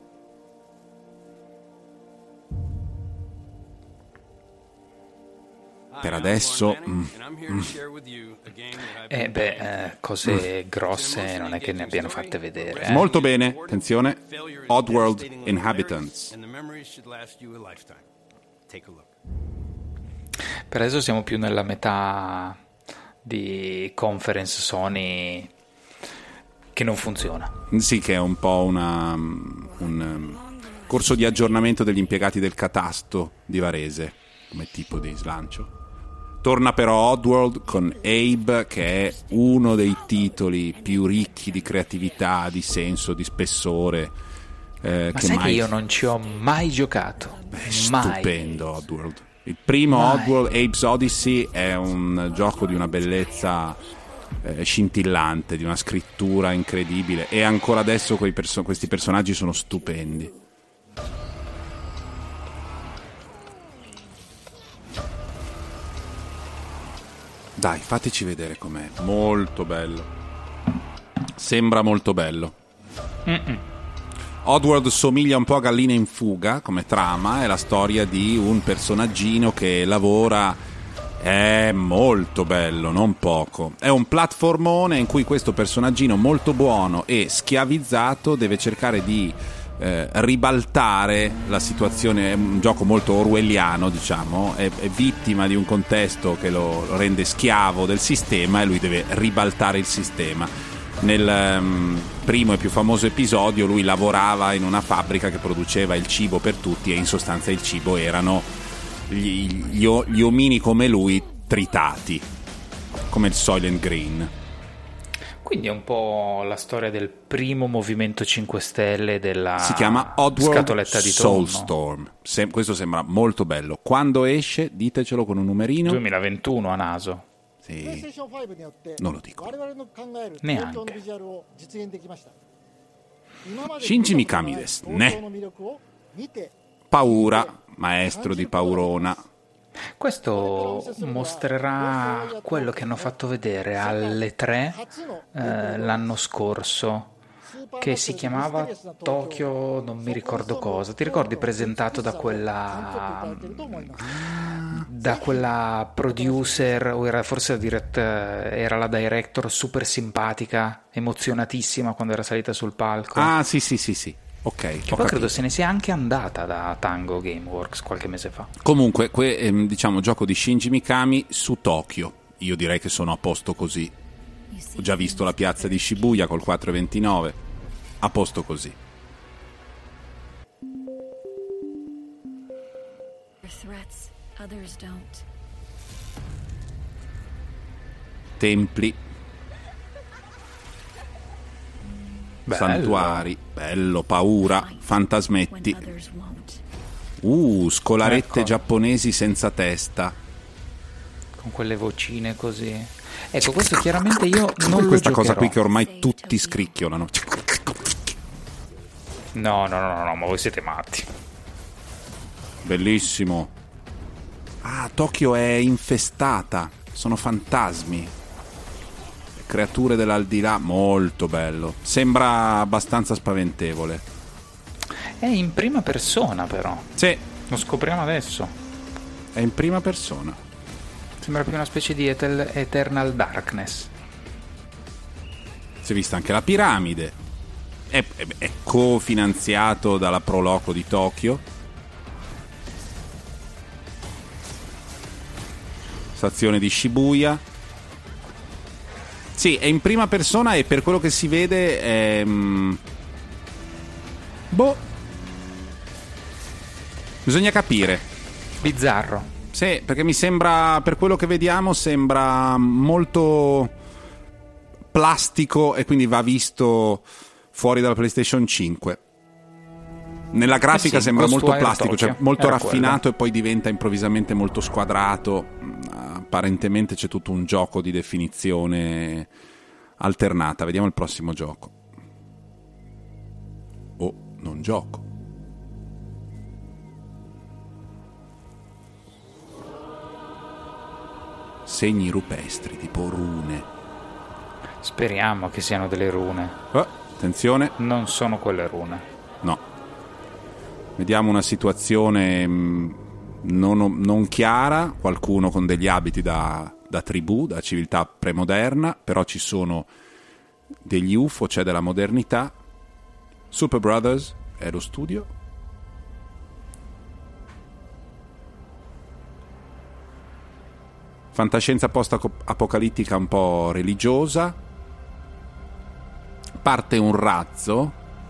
Per adesso mm, mm. Eh beh, eh, cose grosse non è che ne abbiano fatte vedere, eh. Molto bene, attenzione, Oddworld Inhabitants. Per adesso siamo più nella metà di conference Sony che non funziona. Sì, che è un po' una, un um, corso di aggiornamento degli impiegati del catasto di Varese come tipo di slancio. Torna però Oddworld con Abe, che è uno dei titoli più ricchi di creatività, di senso, di spessore. Eh, Ma che sai mai... che io non ci ho mai giocato? Beh, mai. Stupendo Oddworld. Il primo mai. Oddworld, Abe's Odyssey, è un gioco di una bellezza eh, scintillante, di una scrittura incredibile, e ancora adesso quei perso- questi personaggi sono stupendi. Dai, fateci vedere com'è. Molto bello. Sembra molto bello. Mm-mm. Oddworld somiglia un po' a Gallina in fuga come trama, è la storia di un personaggino che lavora, è molto bello, non poco. È un platformone in cui questo personaggino molto buono e schiavizzato deve cercare di eh, ribaltare la situazione. È un gioco molto orwelliano, diciamo, è, è vittima di un contesto che lo, lo rende schiavo del sistema e lui deve ribaltare il sistema. Nel um, primo e più famoso episodio lui lavorava in una fabbrica che produceva il cibo per tutti, e in sostanza il cibo erano gli, gli, gli omini come lui tritati, come il Soylent Green. Quindi è un po' la storia del primo movimento cinque Stelle della si chiama Oddworld scatoletta di tonno. Soulstorm. Sem- questo sembra molto bello. Quando esce? Ditecelo con un numerino. duemilaventuno a naso. Sì. Non lo dico. Neanche. Shinji Mikami desu, ne? Paura, maestro di paurona. Questo mostrerà quello che hanno fatto vedere alle tre eh, l'anno scorso, che si chiamava Tokyo non mi ricordo cosa. Ti ricordi, presentato da quella da quella producer, o era forse la direct, era la director, super simpatica, emozionatissima quando era salita sul palco. Ah, sì, sì, sì, sì. Ok. Che poi capito. Credo se ne sia anche andata da Tango Gameworks qualche mese fa. Comunque, que, ehm, diciamo, gioco di Shinji Mikami su Tokyo. Io direi che sono a posto così. Ho già visto la piazza di Shibuya col quattro e ventinove. A posto così. Templi, bello. Santuari, bello, paura, fantasmetti. Uh, scolarette ecco. Giapponesi senza testa. Con quelle vocine così. Ecco, questo chiaramente io non questa lo cosa giocherò. qui che ormai tutti scricchiolano. No, no, no, no, ma voi siete matti. Bellissimo. Ah, Tokyo è infestata. Sono fantasmi. Creature dell'aldilà, molto bello. Sembra abbastanza spaventevole. È in prima persona però. Sì. Lo scopriamo adesso. È in prima persona. Sembra più una specie di Etel- Eternal Darkness. Si è vista anche la piramide. È, è, è cofinanziato dalla Pro Loco di Tokyo. Stazione di Shibuya. Sì, è in prima persona e per quello che si vede è... boh. Bisogna capire. Bizzarro. Sì, perché mi sembra, per quello che vediamo, sembra molto plastico e quindi va visto fuori dalla PlayStation cinque. Nella grafica eh sì, sembra molto plastico, cioè molto Era raffinato quello. E poi diventa improvvisamente molto squadrato. Apparentemente c'è tutto un gioco di definizione alternata. Vediamo il prossimo gioco. Oh, non gioco. Segni rupestri, tipo rune. Speriamo che siano delle rune. Oh, attenzione. Non sono quelle rune. No. Vediamo una situazione mh, non, non chiara, qualcuno con degli abiti da, da tribù, da civiltà premoderna, però ci sono degli U F O, c'è della modernità. Super Brothers è lo studio. Fantascienza post-apocalittica un po' religiosa. Parte un razzo.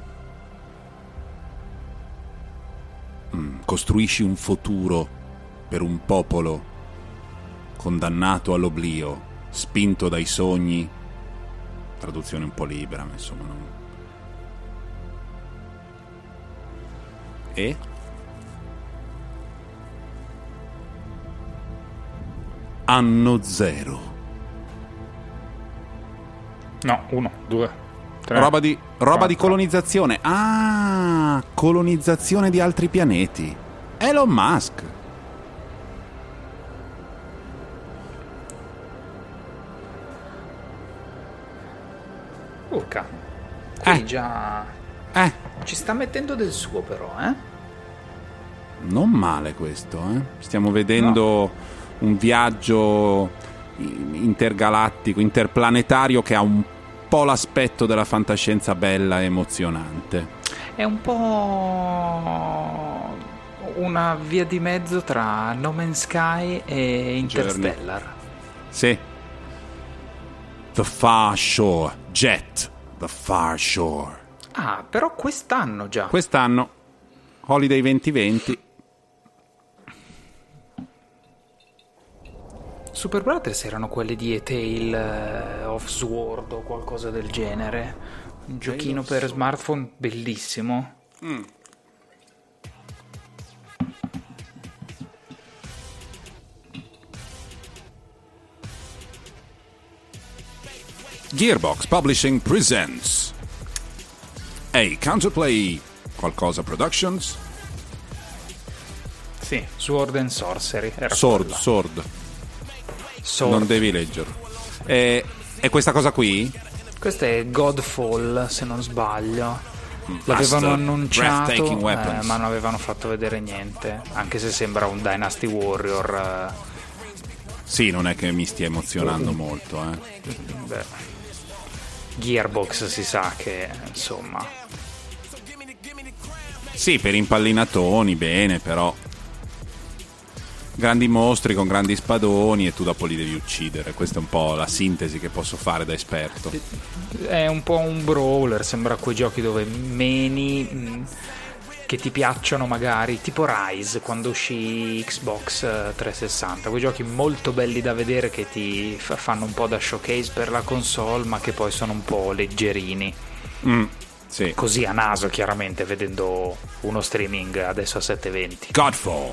Mm, costruisci un futuro per un popolo condannato all'oblio, spinto dai sogni. Traduzione un po' libera, ma insomma non... E? Anno zero. No, uno, due, tre. Roba di, roba di colonizzazione. Ah, colonizzazione di altri pianeti. Elon Musk. Urca. Qui Eh. già... Eh, Ci sta mettendo del suo però, eh? non male questo, eh. Stiamo vedendo un viaggio intergalattico, interplanetario che ha un po' l'aspetto della fantascienza bella e emozionante. È un po' una via di mezzo tra No Man's Sky e Interstellar. Journey. Sì. The Far Shore. Jet. The Far Shore. Ah, però quest'anno già. Quest'anno. Holiday duemilaventi. Super Brothers erano quelli di A Tale of Sword o qualcosa del genere. Un giochino per smartphone bellissimo. Mm. Gearbox Publishing presents a Counterplay qualcosa Productions. Sì, Sword and Sorcery. Era Sword, quella. Sword. Sword. Non devi leggerlo. E, e questa cosa qui? Questo è Godfall, se non sbaglio. L'avevano annunciato, breathtaking eh, weapons. ma non avevano fatto vedere niente, anche se sembra un Dynasty Warrior. eh. Sì, non è che mi stia emozionando molto, eh. Beh, Gearbox si sa che, insomma, Sì, per impallinatoni, bene, però grandi mostri con grandi spadoni e tu dopo li devi uccidere. Questa è un po' la sintesi che posso fare da esperto. è un po' un brawler, sembra quei giochi dove meni mh, che ti piacciono magari, tipo Rise quando uscì Xbox eh, trecentosessanta, quei giochi molto belli da vedere che ti fa- fanno un po' da showcase per la console, ma che poi sono un po' leggerini. Mm, sì. Così a naso, chiaramente, vedendo uno streaming adesso a settecentoventi. Godfall.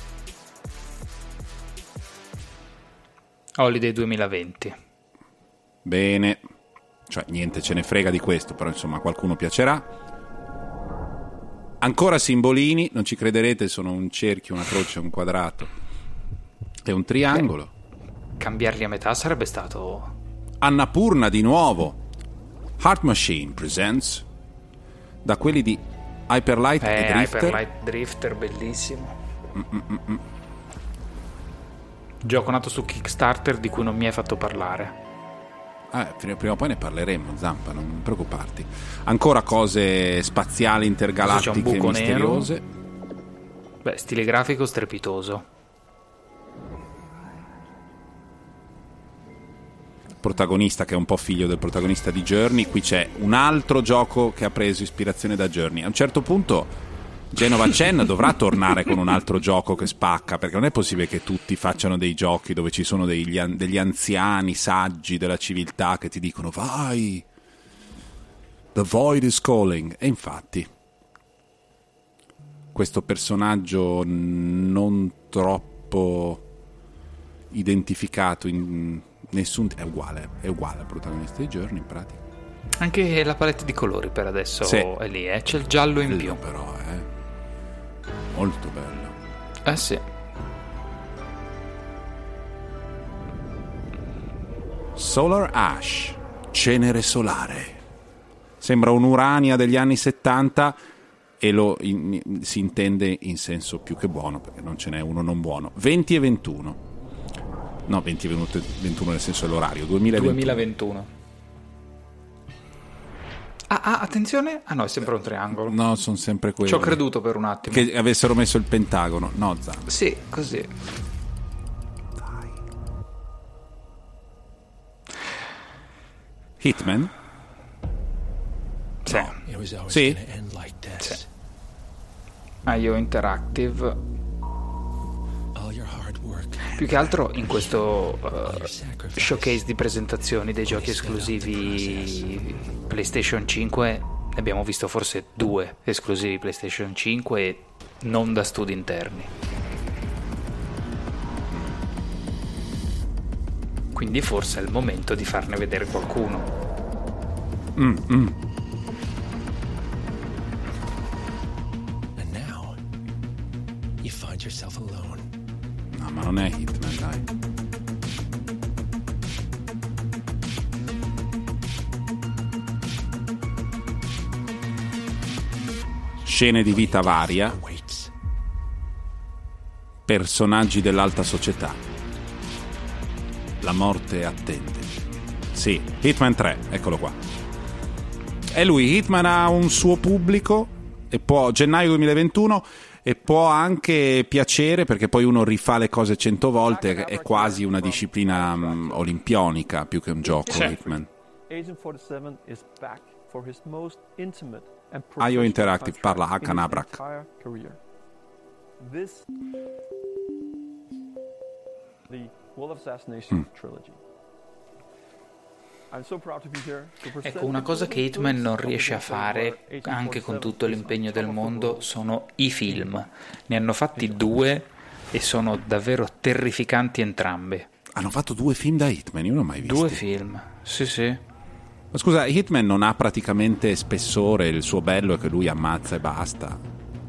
Holiday duemilaventi. Bene. Cioè, niente ce ne frega di questo, però insomma a qualcuno piacerà. Ancora simbolini, non ci crederete, sono un cerchio, una croce, un quadrato e un triangolo. Cambiarli a metà sarebbe stato... Annapurna di nuovo. Heart Machine presents, da quelli di Hyperlight Eh, e Drifter. Hyperlight Drifter, bellissimo. Gioco nato su Kickstarter di cui non mi hai fatto parlare. Eh, prima, prima o poi ne parleremo, Zampa, non preoccuparti. Ancora cose spaziali, intergalattiche, C'è un buco misteriose. Beh, stile grafico strepitoso. Protagonista che è un po' figlio del protagonista di Journey. Qui c'è un altro gioco che ha preso ispirazione da Journey. A un certo punto Genova Chen dovrà tornare con un altro gioco che spacca, perché non è possibile che tutti facciano dei giochi dove ci sono degli, an- degli anziani saggi della civiltà che ti dicono vai, the void is calling. E infatti questo personaggio non troppo identificato in nessun è uguale è uguale al protagonista di Journey in pratica. Anche la palette di colori per adesso Sì. è lì, eh? C'è il giallo in Bello più. però, eh. Molto bello. Eh sì. Solar Ash, cenere solare. Sembra un'Urania degli anni settanta e lo in, si intende in senso più che buono, perché non ce n'è uno non buono. venti e ventuno. No, venti e ventuno nel senso dell'orario, duemilaventuno. duemilaventuno. Ah, ah, attenzione. Ah no, è sempre un triangolo. No, sono sempre quelli. Ci ho creduto per un attimo. Che avessero messo il pentagono. No, Zan. Sì, così. Hitman? Sì. It was always Sì. gonna end like this. Ah, io Interactive. All your hard work, Più che altro in questo all uh, your sacrifice. showcase di presentazioni dei giochi esclusivi PlayStation cinque, ne abbiamo visto forse due esclusivi PlayStation cinque e non da studi interni. Quindi forse è il momento di farne vedere qualcuno. Mm, mm. And now you find yourself alone. No, ma non è Hitman, dai. Scene di vita varia, Waits. personaggi dell'alta società. La morte attende. Sì, Hitman tre, eccolo qua. E lui, Hitman, ha un suo pubblico e può, gennaio duemilaventuno, e può anche piacere perché poi uno rifà le cose cento volte, è quasi una disciplina um, olimpionica più che un gioco, Sì. Hitman. Agent forty-seven is back for his most intimate and I O Interactive professional parla contract Hakan in his Abrak. entire career. This the Wall of Assassination trilogy. I'm so proud to be here to present Ecco, una the cosa che golden Hitman non goods of riesce a the game fare, where Agent anche con forty-seven tutto is l'impegno on del top of the mondo, world. sono i film. Ne hanno fatti due e sono davvero terrificanti entrambi. Hanno fatto due film da Hitman, io non ho mai visto. Due film, sì sì. Ma scusa, Hitman non ha praticamente spessore, il suo bello è che lui ammazza e basta.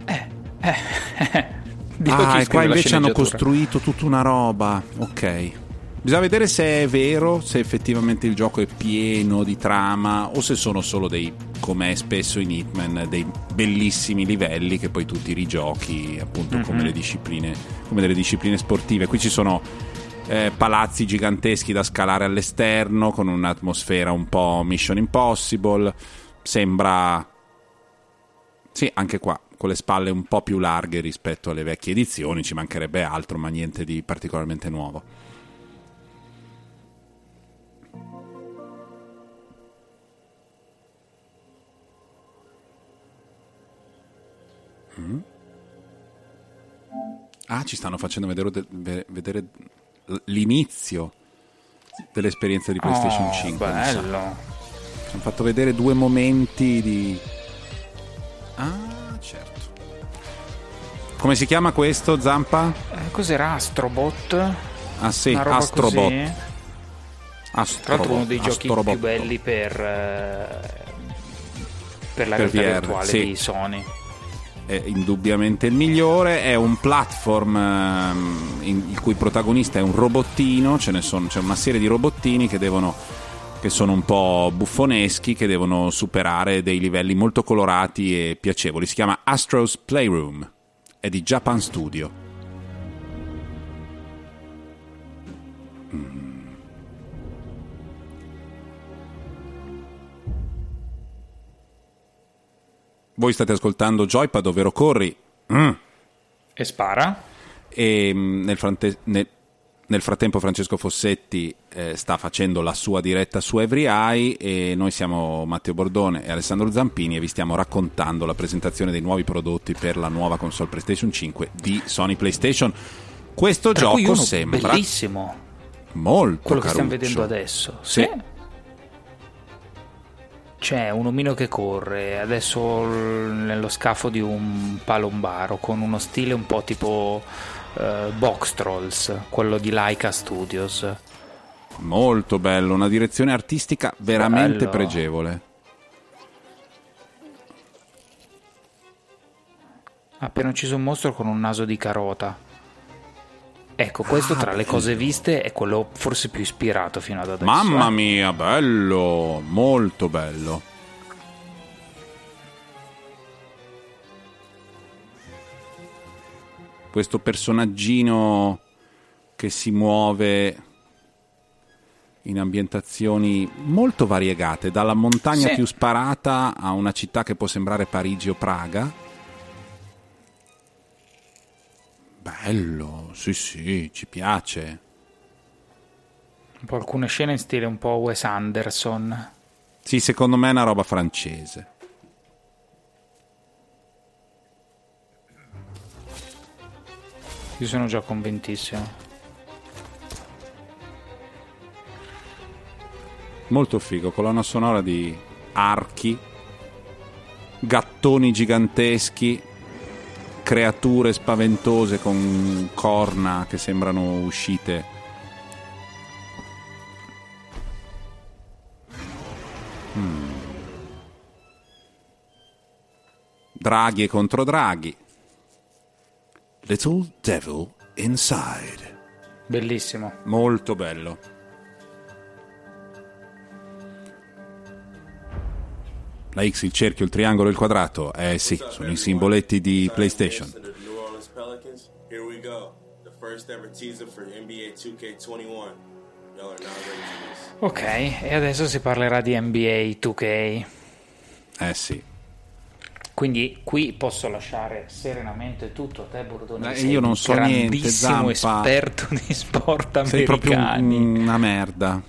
Dico Ah, chi e scrive qua la invece hanno sceneggiatura. costruito tutta una roba. Ok. Bisogna vedere se è vero, se effettivamente il gioco è pieno di trama o se sono solo dei come è spesso in Hitman, dei bellissimi livelli che poi tu ti rigiochi appunto mm-hmm. come le discipline, come delle discipline sportive. Qui ci sono eh, palazzi giganteschi da scalare all'esterno con un'atmosfera un po' Mission Impossible. Sembra, sì, anche qua con le spalle un po' più larghe rispetto alle vecchie edizioni, ci mancherebbe altro, ma niente di particolarmente nuovo. Mm. Ah, ci stanno facendo vedere, vedere l'inizio dell'esperienza di PlayStation oh, cinque. Bello. Ci hanno fatto vedere due momenti di... Ah, certo. Come si chiama questo, Zampa? Eh, cos'era? Astrobot? Ah sì, Una roba Astrobot. Così. Astrobot. Tra l'altro uno dei giochi Astrobot. più belli per, eh, per la Per realtà V R, virtuale sì. di Sony. È indubbiamente il migliore. È un platform um, in, il cui protagonista è un robottino. Ce ne sono, c'è una serie di robottini che devono che sono un po' buffoneschi, che devono superare dei livelli molto colorati e piacevoli. Si chiama Astro's Playroom, è di Japan Studio. mm. Voi state ascoltando Joypad, ovvero Corri mm. E spara. E nel, frante- nel, nel frattempo Francesco Fossetti eh, sta facendo la sua diretta su Every Eye, e noi siamo Matteo Bordone e Alessandro Zampini e vi stiamo raccontando la presentazione dei nuovi prodotti per la nuova console PlayStation cinque di Sony PlayStation. Questo Tra cui gioco uno sembra bellissimo, molto quello che stiamo caruccio. vedendo adesso. Sì. Sì. C'è un omino che corre adesso nello scafo di un palombaro con uno stile un po' tipo uh, Box Trolls, quello di Laika Studios. Molto bello, una direzione artistica veramente bello. pregevole. Ha appena ucciso un mostro con un naso di carota. Ecco, questo ah, tra le bello. cose viste è quello forse più ispirato fino ad adesso. Mamma eh. mia, bello, molto bello. Questo personaggino che si muove in ambientazioni molto variegate, dalla montagna sì. più sparata a una città che può sembrare Parigi o Praga. Bello, sì sì, ci piace. Un po' alcune scene in stile un po' Wes Anderson. Sì, secondo me è una roba francese. Io sono già convintissimo. Molto figo, colonna sonora di archi, gattoni giganteschi, creature spaventose con corna che sembrano uscite. Mm. Draghi e contro draghi. Little Devil Inside. Bellissimo. Molto bello. La X, il cerchio, il triangolo e il quadrato. Eh sì, sono i simboletti di PlayStation. Ok, e adesso si parlerà di N B A due K. Eh sì. Quindi qui posso lasciare serenamente tutto a te, Bordone. Eh, io non so niente, grandissimo Zampa. esperto di sport americani. Sei proprio un, una merda.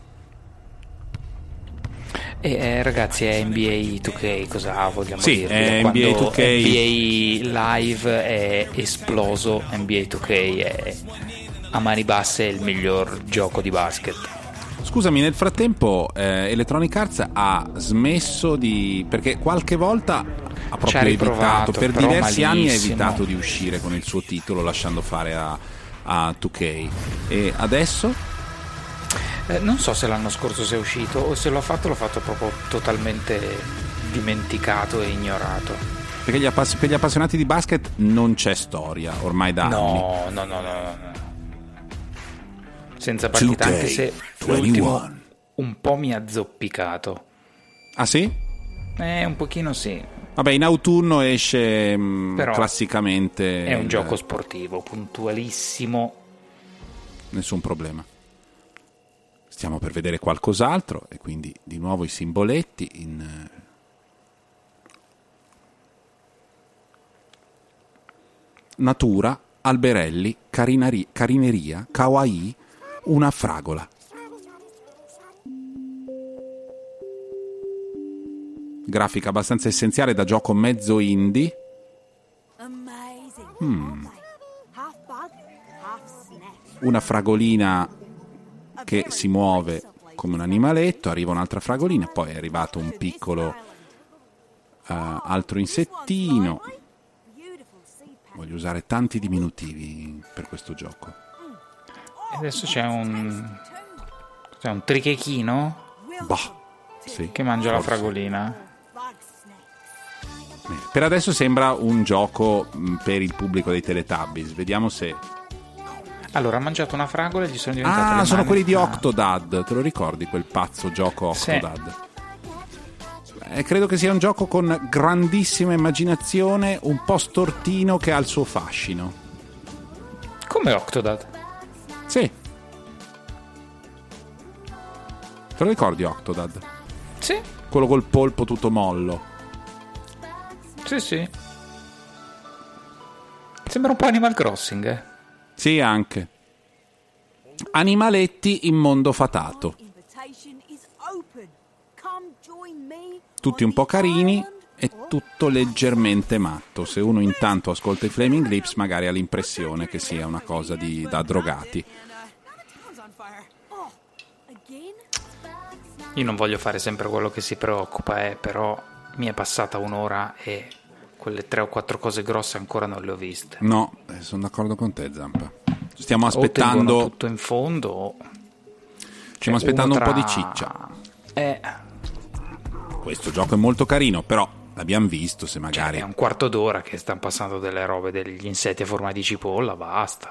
E eh, ragazzi, è N B A due K, cosa vogliamo sì, dirvi? È N B A due K. N B A Live è esploso, N B A due K è a mani basse il miglior gioco di basket. Scusami, nel frattempo eh, Electronic Arts ha smesso di... perché qualche volta ha proprio evitato, per diversi malissimo. anni ha evitato di uscire con il suo titolo, lasciando fare a, a due K. E adesso? Eh, non so se l'anno scorso sia uscito o se l'ho fatto, l'ho fatto proprio totalmente dimenticato e ignorato. Perché gli appass- per gli appassionati di basket non c'è storia, ormai da no, anni. No, no, no, no, no. Senza partita, anche se l'ultimo un po' mi ha zoppicato. Ah sì? Eh, un pochino sì. Vabbè, in autunno esce mh, Però classicamente. È un il... gioco sportivo, puntualissimo. Nessun problema. Stiamo per vedere qualcos'altro e quindi di nuovo i simboletti in... Natura, alberelli, carinari... carineria, kawaii, una fragola. Grafica abbastanza essenziale da gioco mezzo indie. Mm. Una fragolina che si muove come un animaletto, arriva un'altra fragolina, poi è arrivato un piccolo uh, altro insettino. Voglio usare tanti diminutivi per questo gioco. E adesso c'è un c'è un trichechino Bah, sì, che mangia forse. la fragolina. Per adesso sembra un gioco mh, per il pubblico dei Teletubbies. Vediamo se... Allora, ha mangiato una fragola e gli sono diventate Ah, le sono mani. quelli di Ah. Octodad. Te lo ricordi quel pazzo gioco Sì. Octodad? Eh, credo che sia un gioco con grandissima immaginazione, un po' stortino che ha il suo fascino. Come Octodad? Sì. Te lo ricordi Octodad? Sì, Quello col polpo tutto mollo. sì, sì. Sembra un po' Animal Crossing, eh. Sì, anche. Animaletti in mondo fatato. Tutti un po' carini e tutto leggermente matto. Se uno intanto ascolta i Flaming Lips magari ha l'impressione che sia una cosa di, da drogati. Io non voglio fare sempre quello che si preoccupa, eh, però mi è passata un'ora e quelle tre o quattro cose grosse ancora non le ho viste. No, eh, sono d'accordo con te, Zampa. Stiamo O tengono aspettando, tutto in fondo o... stiamo cioè, aspettando un uno po' di tra- ciccia. Eh, Questo gioco è molto carino, però l'abbiamo visto, se cioè, magari... è un quarto d'ora che stanno passando delle robe, degli insetti a forma di cipolla, basta.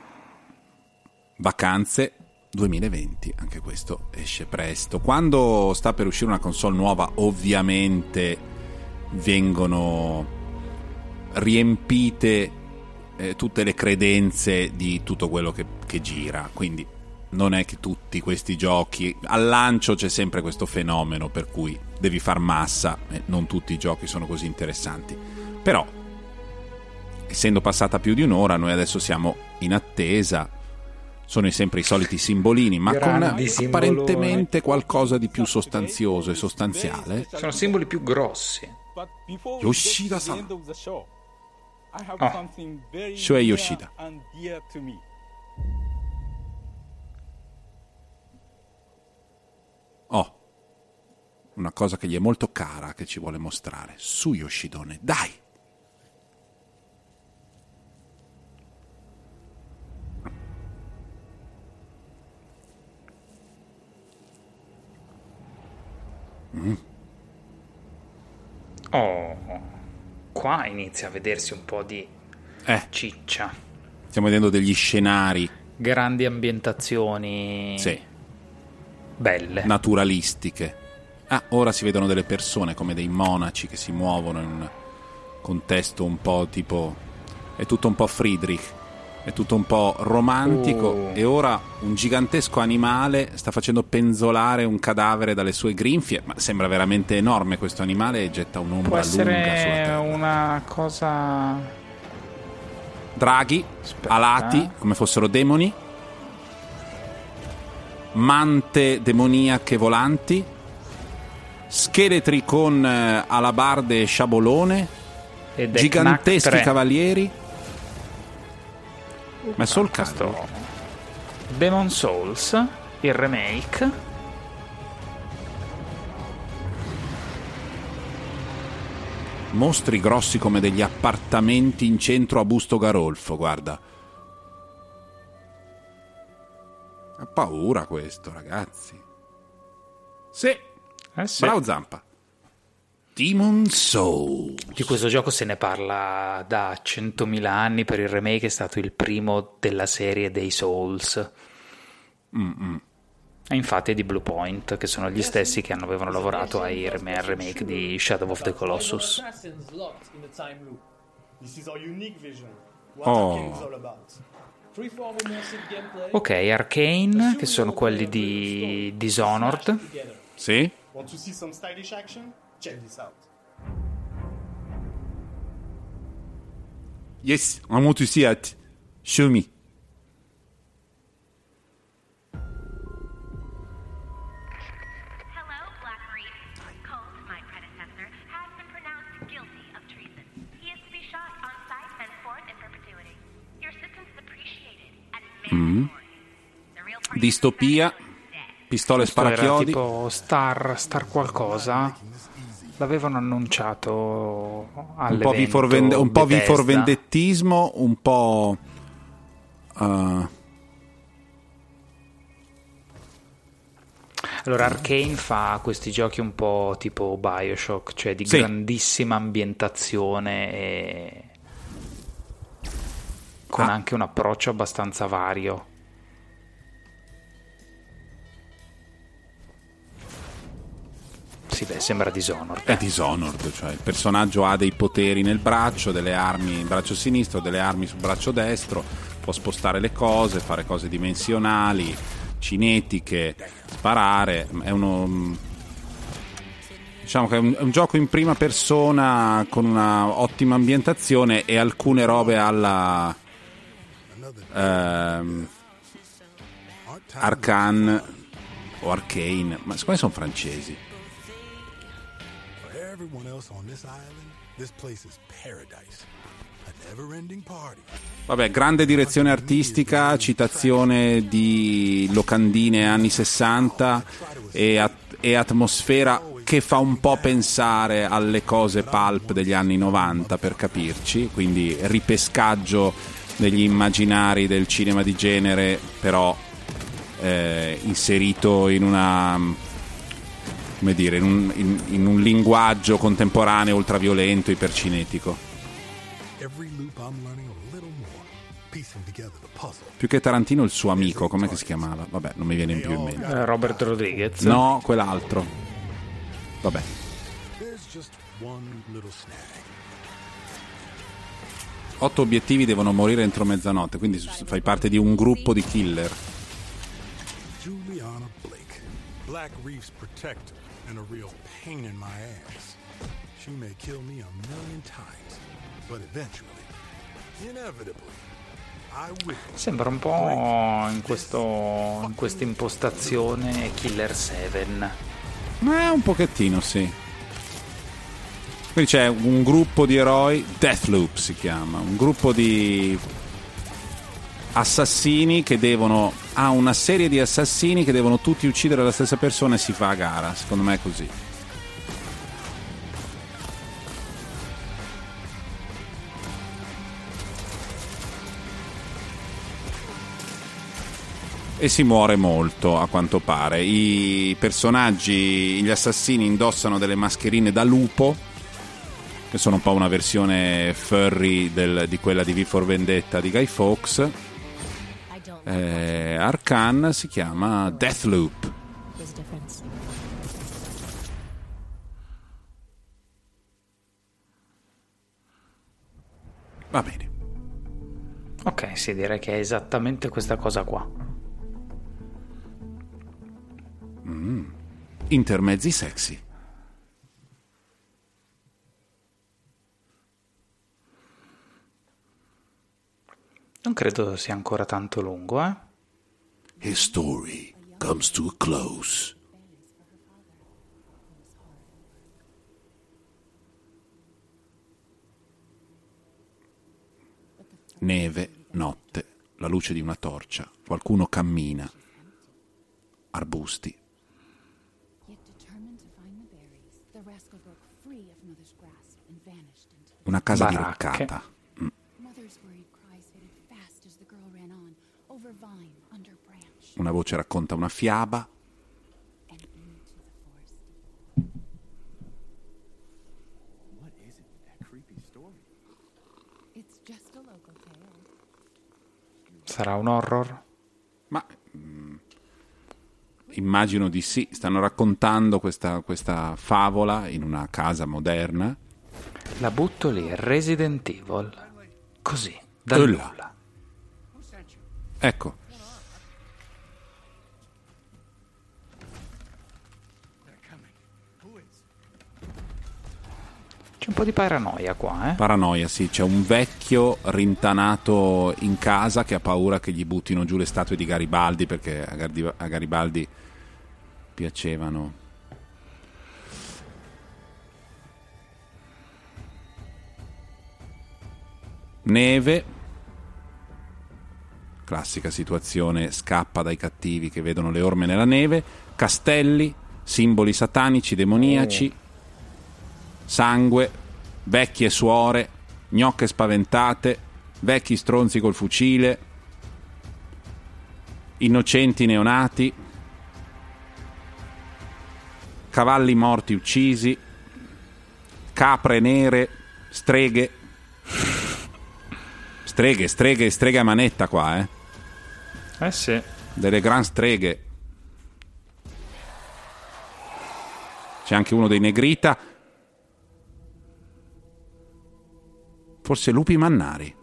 Vacanze duemilaventi, anche questo esce presto. Quando sta per uscire una console nuova, ovviamente vengono riempite eh, tutte le credenze di tutto quello che, che gira, quindi non è che tutti questi giochi al lancio c'è sempre questo fenomeno per cui devi far massa e non tutti i giochi sono così interessanti. Però essendo passata più di un'ora, noi adesso siamo in attesa. Sono sempre i soliti simbolini, ma Grandi con simboloni. apparentemente qualcosa di più sostanzioso e sostanziale. Sono simboli più grossi. Yoshida-san. Oh. Shuei Yoshida. Oh, una cosa che gli è molto cara che ci vuole mostrare. Su Yoshidone, dai! Mm. Oh, qua inizia a vedersi un po' di Eh, ciccia. stiamo vedendo degli scenari, Grandi ambientazioni sì, belle. naturalistiche. Ah, ora si vedono delle persone come dei monaci che si muovono in un contesto un po' tipo... è tutto un po' Friedrich, è tutto un po' romantico. Oh. E ora un gigantesco animale sta facendo penzolare un cadavere dalle sue grinfie, ma sembra veramente enorme questo animale e getta Può un'ombra lunga sulla essere terra. una cosa... Draghi Aspetta. alati come fossero demoni, mante demoniache volanti, scheletri con eh, alabarde e sciabolone, ed è giganteschi Knack tre. cavalieri. Ma è solo il Questo caso. Demon Souls, il remake. Mostri grossi come degli appartamenti in centro a Busto Garolfo, guarda. Ha paura questo, ragazzi. Sì, Eh sì. bravo Zampa. Demon Soul. Di questo gioco se ne parla da centomila anni. Per il remake è stato il primo della serie dei Souls. Mm-mm. E infatti è di Bluepoint, che sono gli stessi che hanno, avevano lavorato ai rem- al remake di Shadow of the Colossus. Oh. Ok, Arcane, che sono quelli di Dishonored. Sì? Yes, I want to see it. Show me. Mm. Distopia, pistole Questo era sparachiodi. tipo Star, Star qualcosa. L'avevano annunciato Un po' V for Vende- un po' V for vendettismo, un po' uh... Allora Arcane fa questi giochi un po' tipo Bioshock, cioè di sì. grandissima ambientazione e con ah. anche un approccio abbastanza vario. Sì, beh, sembra Dishonored. È Dishonored, cioè il personaggio ha dei poteri nel braccio, delle armi in braccio sinistro, delle armi sul braccio destro, può spostare le cose, fare cose dimensionali, cinetiche, sparare. È uno, diciamo che è un, è un gioco in prima persona con una ottima ambientazione e alcune robe alla ehm, Arcane o Arcane, ma secondo me sono francesi. Vabbè, grande direzione artistica, citazione di locandine anni sessanta e, at- e atmosfera che fa un po' pensare alle cose pulp degli anni novanta, per capirci, quindi ripescaggio degli immaginari del cinema di genere, però eh, inserito in una, come dire, in un, in, in un linguaggio contemporaneo ultraviolento, ipercinetico. Più che Tarantino, il suo amico, com'è che si chiamava? Vabbè, non mi viene più in mente. Eh, Robert Rodriguez. No, quell'altro. Vabbè. Otto obiettivi devono morire entro mezzanotte, quindi fai parte di un gruppo di killer. Juliana Blake, Black Reef's protector and a real pain in my ass. She may kill me a million times, but eventually, inevitably, I will. Sembra un po' in questo in questa impostazione Killer sette. Eh, un pochettino, sì. Quindi c'è un gruppo di eroi, Deathloop si chiama, un gruppo di assassini che devono, ha una serie di assassini che devono tutti uccidere la stessa persona e si fa a gara, secondo me è così. E si muore molto, a quanto pare. I personaggi, gli assassini indossano delle mascherine da lupo, che sono un po' una versione furry del, di quella di V for Vendetta di Guy Fawkes. Eh, Arcane si chiama Deathloop. Va bene. Ok, sì, direi che è esattamente questa cosa qua. Mm. Intermezzi sexy. Non credo sia ancora tanto lungo, eh? His story comes to a close. Neve, notte, la luce di una torcia, qualcuno cammina, arbusti. Una casa Baracche. diroccata. Mm. Una voce racconta una fiaba. Sarà un horror? Ma mm, Immagino di sì. Stanno raccontando questa, questa favola in una casa moderna. La butto lì, Resident Evil. Così, dal Ulla. nulla. Ecco. C'è un po' di paranoia qua, eh? Paranoia, sì. C'è un vecchio rintanato in casa che ha paura che gli buttino giù le statue di Garibaldi, perché a, Gardi- a Garibaldi piacevano. Neve, classica situazione, scappa dai cattivi che vedono le orme nella neve. Castelli, simboli satanici, demoniaci, sangue, vecchie suore, gnocche spaventate, vecchi stronzi col fucile, innocenti neonati, cavalli morti uccisi, capre nere, streghe. Streghe, streghe, streghe a manetta qua, eh? Eh sì. Delle gran streghe. C'è anche uno dei Negrita. Forse lupi mannari.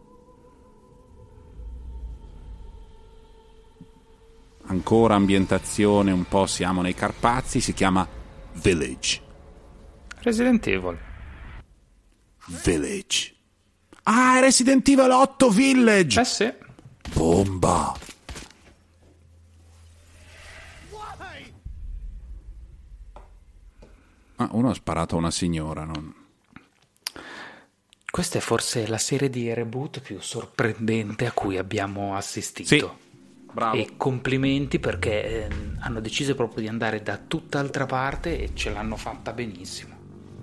Ancora ambientazione, un po' siamo nei Carpazi, si chiama Village. Resident Evil. Village. Ah, è Resident Evil otto Village. Eh sì. Bomba. Ah, uno ha sparato a una signora, non... Questa è forse la serie di reboot più sorprendente a cui abbiamo assistito. Sì, bravo. E complimenti, perché eh, hanno deciso proprio di andare da tutt'altra parte e ce l'hanno fatta benissimo.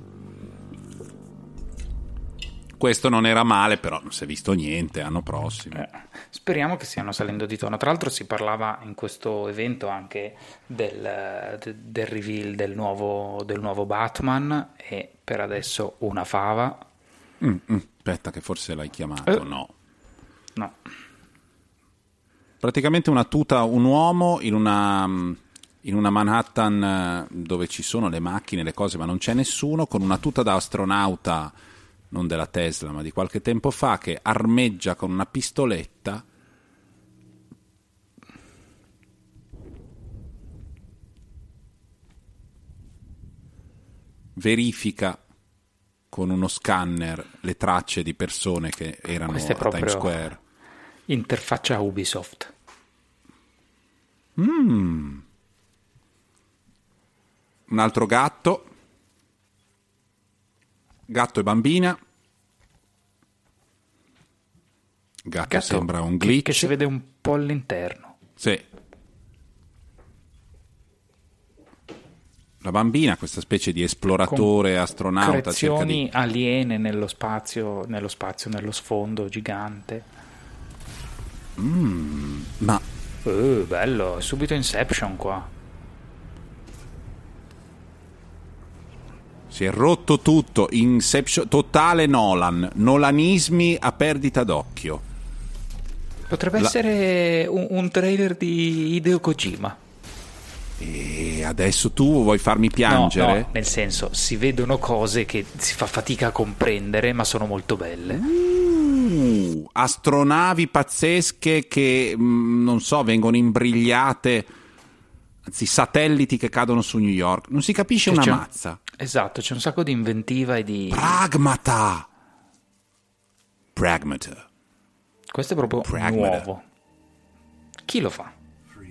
Questo non era male, però non si è visto niente. Anno prossimo. Eh, speriamo che stiano salendo di tono. Tra l'altro si parlava in questo evento anche del, de, del reveal del nuovo, del nuovo Batman, e per adesso una fava. Mm, mm, aspetta che forse l'hai chiamato. Eh. No. No. Praticamente una tuta, un uomo in una, in una Manhattan dove ci sono le macchine, le cose, ma non c'è nessuno, con una tuta da astronauta, non della Tesla, ma di qualche tempo fa, che armeggia con una pistoletta. Verifica con uno scanner le tracce di persone che erano Questa è a proprio Times Square. Interfaccia Ubisoft. Mm. Un altro gatto. Gatto e bambina. Gatto, Gatto sembra un che, glitch. che si vede un po' all'interno. Sì. La bambina, questa specie di esploratore Con astronauta, cerca creazioni di... aliene nello spazio, nello spazio, nello sfondo gigante. Mm, ma Uh, bello, è subito Inception qua. si è rotto tutto. Inception, totale Nolan. Nolanismi a perdita d'occhio. Potrebbe La- essere un, un trailer di Hideo Kojima. E adesso tu vuoi farmi piangere? No, no, nel senso, si vedono cose che si fa fatica a comprendere, ma sono molto belle. Uh, astronavi pazzesche che mh, non so, vengono imbrigliate, anzi satelliti che cadono su New York, non si capisce Cioè, una c'è un- mazza. Esatto, c'è un sacco di inventiva e di... Pragmata. Pragmata. Questo è proprio Pragmata. nuovo. Chi lo fa?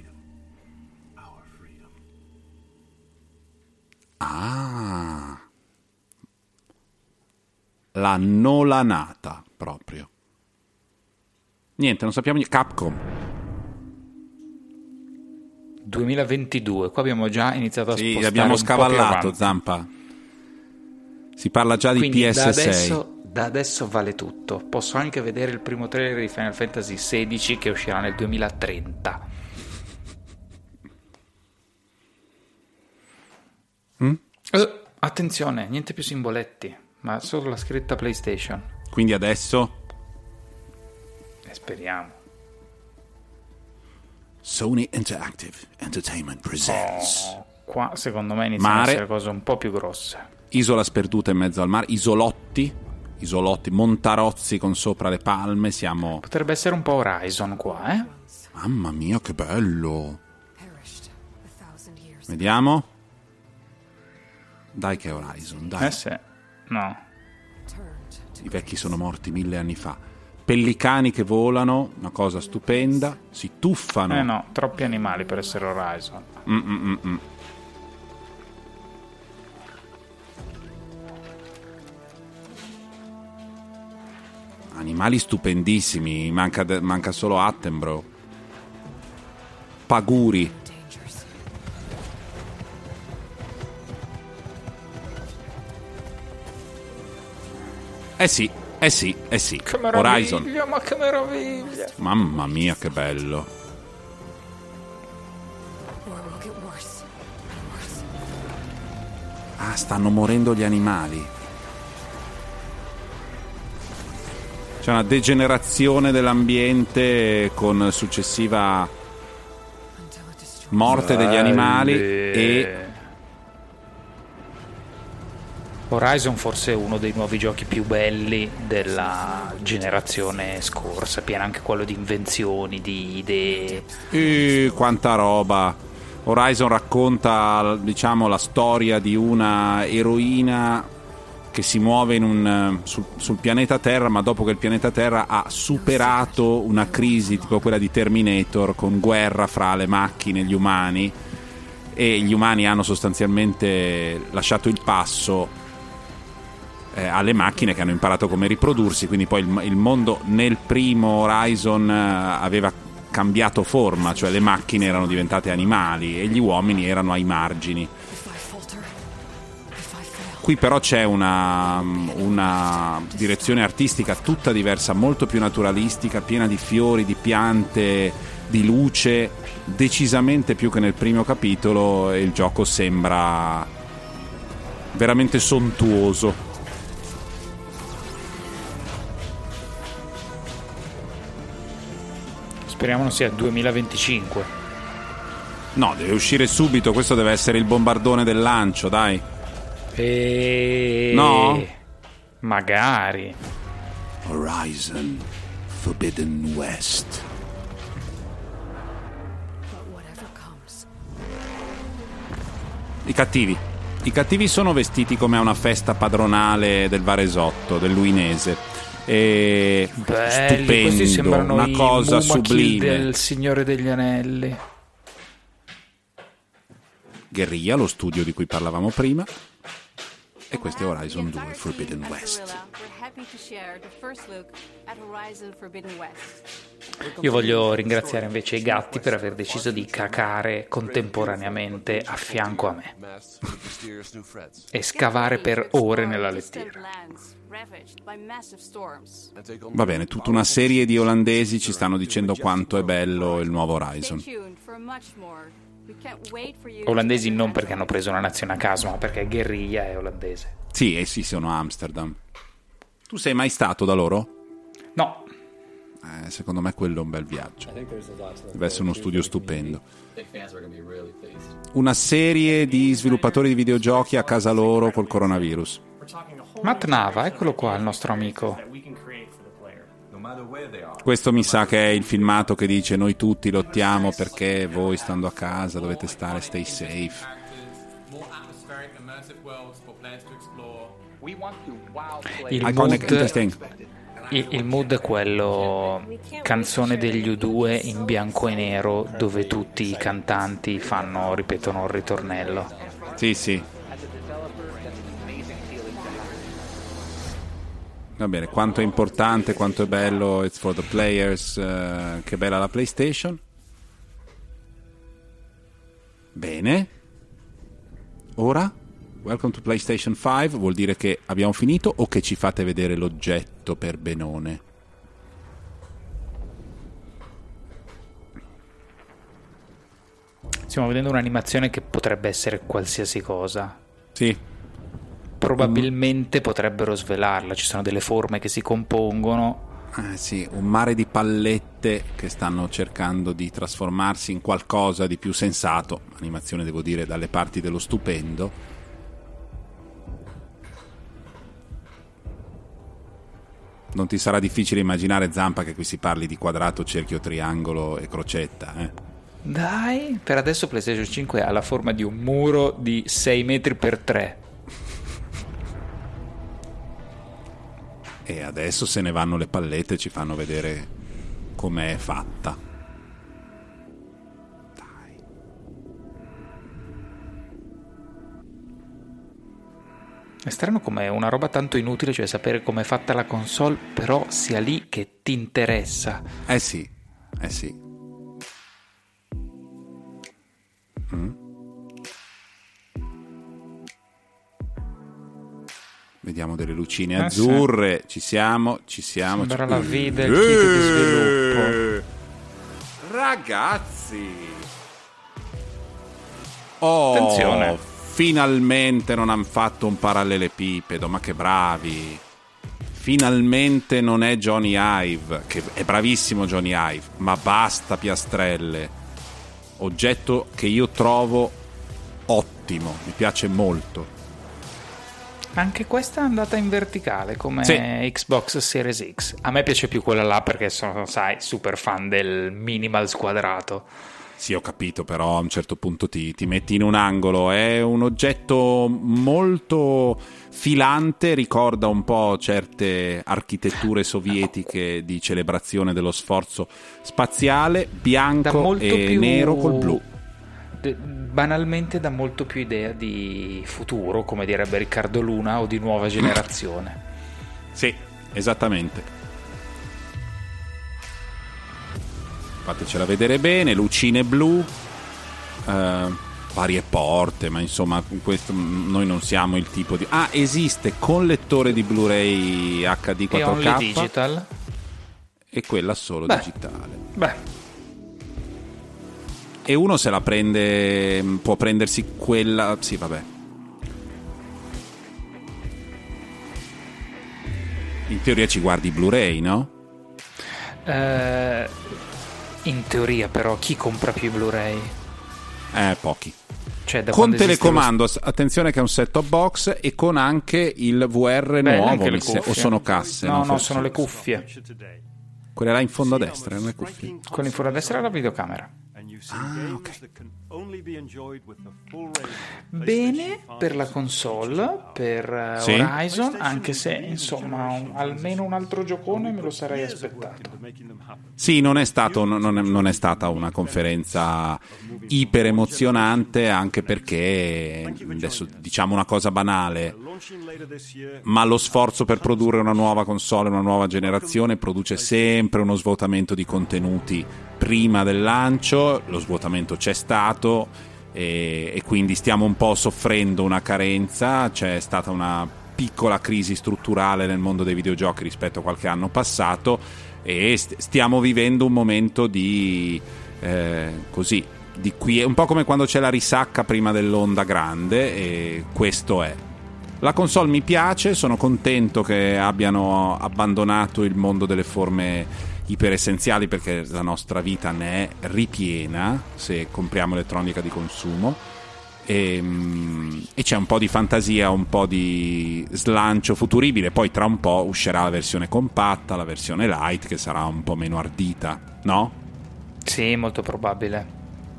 Ah, la nolanata proprio. Niente, non sappiamo niente. Capcom. duemilaventidue, qua abbiamo già iniziato a Sì, spostare abbiamo un po' più scavallato, avanti. Zampa. Si parla già di Quindi P S sei. da adesso, da adesso vale tutto. Posso anche vedere il primo trailer di Final Fantasy sedici che uscirà nel duemilatrenta. Mm? Eh, attenzione, niente più simboletti, ma solo la scritta PlayStation. Quindi adesso E speriamo. Sony Interactive Entertainment presents. Oh, qua secondo me iniziano Mare. a essere cose un po' più grosse. Isola sperduta in mezzo al mare, isolotti, isolotti, montarozzi con sopra le palme, siamo... Potrebbe essere un po' Horizon qua, eh? Mamma mia, che bello! Vediamo. Dai che è Horizon, dai. Eh sì, no. I vecchi sono morti mille anni fa. Pellicani che volano, una cosa stupenda, si tuffano. Eh no, troppi animali per essere Horizon. Mm-mm-mm. Animali stupendissimi, manca, de- manca solo Attenborough. Paguri. Eh sì, eh sì, eh sì. Che meraviglia, Horizon. ma che meraviglia. Mamma mia, che bello. Ah, stanno morendo gli animali. C'è una degenerazione dell'ambiente con successiva morte degli animali e... Horizon forse è uno dei nuovi giochi più belli della generazione scorsa, pieno anche quello di invenzioni, di idee. E quanta roba. Horizon racconta, diciamo, la storia di una eroina che si muove in un, sul, sul pianeta Terra, ma dopo che il pianeta Terra ha superato una crisi tipo quella di Terminator, con guerra fra le macchine e gli umani, e gli umani hanno sostanzialmente lasciato il passo eh, alle macchine che hanno imparato come riprodursi, quindi poi il, il mondo nel primo Horizon eh, aveva cambiato forma, cioè le macchine erano diventate animali e gli uomini erano ai margini. Qui però c'è una, una direzione artistica tutta diversa, molto più naturalistica, piena di fiori, di piante, di luce, decisamente più che nel primo capitolo, e il gioco sembra veramente sontuoso. Speriamo non sia duemilaventicinque. No, deve uscire subito, questo deve essere il bombardone del lancio, dai. E... No? Magari. Horizon Forbidden West. I cattivi. I cattivi sono vestiti come a una festa padronale del Varesotto, del Luinese. E Belli, questi stupendo, sembrano una i cosa Mumakil sublime. del Signore degli Anelli. Guerriglia, lo studio di cui parlavamo prima. E questo è Horizon due Forbidden West. Io voglio ringraziare invece i gatti per aver deciso di cacare contemporaneamente a fianco a me e scavare per ore nella lettiera. Va bene, tutta una serie di olandesi ci stanno dicendo quanto è bello il nuovo Horizon. Olandesi non perché hanno preso una nazione a caso, ma perché Guerriglia è olandese. Sì, eh sì, sono a Amsterdam. Tu sei mai stato da loro? No. Eh, secondo me quello è un bel viaggio. Deve essere uno studio stupendo. Una serie di sviluppatori di videogiochi a casa loro col coronavirus. Matt Nava, eccolo qua il nostro amico. Questo mi sa che è il filmato che dice: noi tutti lottiamo perché voi, stando a casa, dovete stare stay safe. Il Iconic, mood, interesting. il, il mood è quello canzone degli U due in bianco e nero, dove tutti i cantanti fanno ripetono il ritornello. Sì, sì. Va bene, quanto è importante, quanto è bello, it's for the players, uh, che bella la PlayStation. Bene. Ora, welcome to PlayStation cinque, vuol dire che abbiamo finito o che ci fate vedere l'oggetto per Benone? Stiamo vedendo un'animazione che potrebbe essere qualsiasi cosa. Sì. Probabilmente potrebbero svelarla, ci sono delle forme che si compongono. Eh sì, un mare di pallette che stanno cercando di trasformarsi in qualcosa di più sensato. Animazione, devo dire, dalle parti dello stupendo. Non ti sarà difficile immaginare, Zampa, che qui si parli di quadrato, cerchio, triangolo e crocetta, eh? Dai, per adesso PlayStation cinque ha la forma di un muro di sei metri per tre. E adesso se ne vanno le pallette e ci fanno vedere com'è fatta. Dai. È strano come una roba tanto inutile, cioè sapere com'è fatta la console, però sia lì che ti interessa. Eh sì, eh sì. Mm. Vediamo delle lucine eh azzurre, sì. ci siamo, ci siamo. Sembra ci... la V del kit di sviluppo. Ragazzi, oh, attenzione, finalmente non hanno fatto un parallelepipedo, ma che bravi. Finalmente non è Johnny Ive, che è bravissimo Johnny Ive, ma basta piastrelle. Oggetto che io trovo ottimo, mi piace molto. Anche questa è andata in verticale come sì. Xbox Series X. A me piace più quella là perché sono, sai, super fan del minimal squadrato. Sì, ho capito, però a un certo punto ti, ti metti in un angolo. È un oggetto molto filante, ricorda un po' certe architetture sovietiche di celebrazione dello sforzo spaziale, bianco e più... nero col blu. Banalmente dà molto più idea di futuro, come direbbe Riccardo Luna, o di nuova generazione. Sì, esattamente. Fatecela vedere bene, lucine blu, eh, varie porte, ma insomma questo, noi non siamo il tipo di... Ah, esiste con lettore di Blu-ray acca di quattro K e only digital, e quella solo Beh. digitale. Beh, e uno se la prende, può prendersi quella, sì, vabbè. In teoria ci guardi Blu-ray, no? Eh, in teoria, però, chi compra più Blu-ray? Eh, pochi. Cioè, da con telecomando, lo... attenzione che è un set-top box e con anche il V R Beh, nuovo, mi se... o sono casse? No, no, no, sono le cuffie. Quelle là in fondo a destra, erano le cuffie. Quella in fondo a destra è la videocamera. Ah, ok. Bene per la console, per sì? Horizon, anche se insomma un, almeno un altro giocone me lo sarei aspettato. Sì, non è stato non è, non è stata una conferenza iper emozionante, anche perché adesso diciamo una cosa banale, ma lo sforzo per produrre una nuova console, una nuova generazione produce sempre uno svuotamento di contenuti prima del lancio. Lo svuotamento c'è stato e, e quindi stiamo un po' soffrendo una carenza. C'è stata una piccola crisi strutturale nel mondo dei videogiochi rispetto a qualche anno passato e st- stiamo vivendo un momento di eh, così di qui, un po' come quando c'è la risacca prima dell'onda grande, e questo è. La console mi piace, sono contento che abbiano abbandonato il mondo delle forme iperessenziali, perché la nostra vita ne è ripiena se compriamo elettronica di consumo, e, e c'è un po' di fantasia, un po' di slancio futuribile. Poi tra un po' uscirà la versione compatta, la versione light, che sarà un po' meno ardita, no? Sì, molto probabile.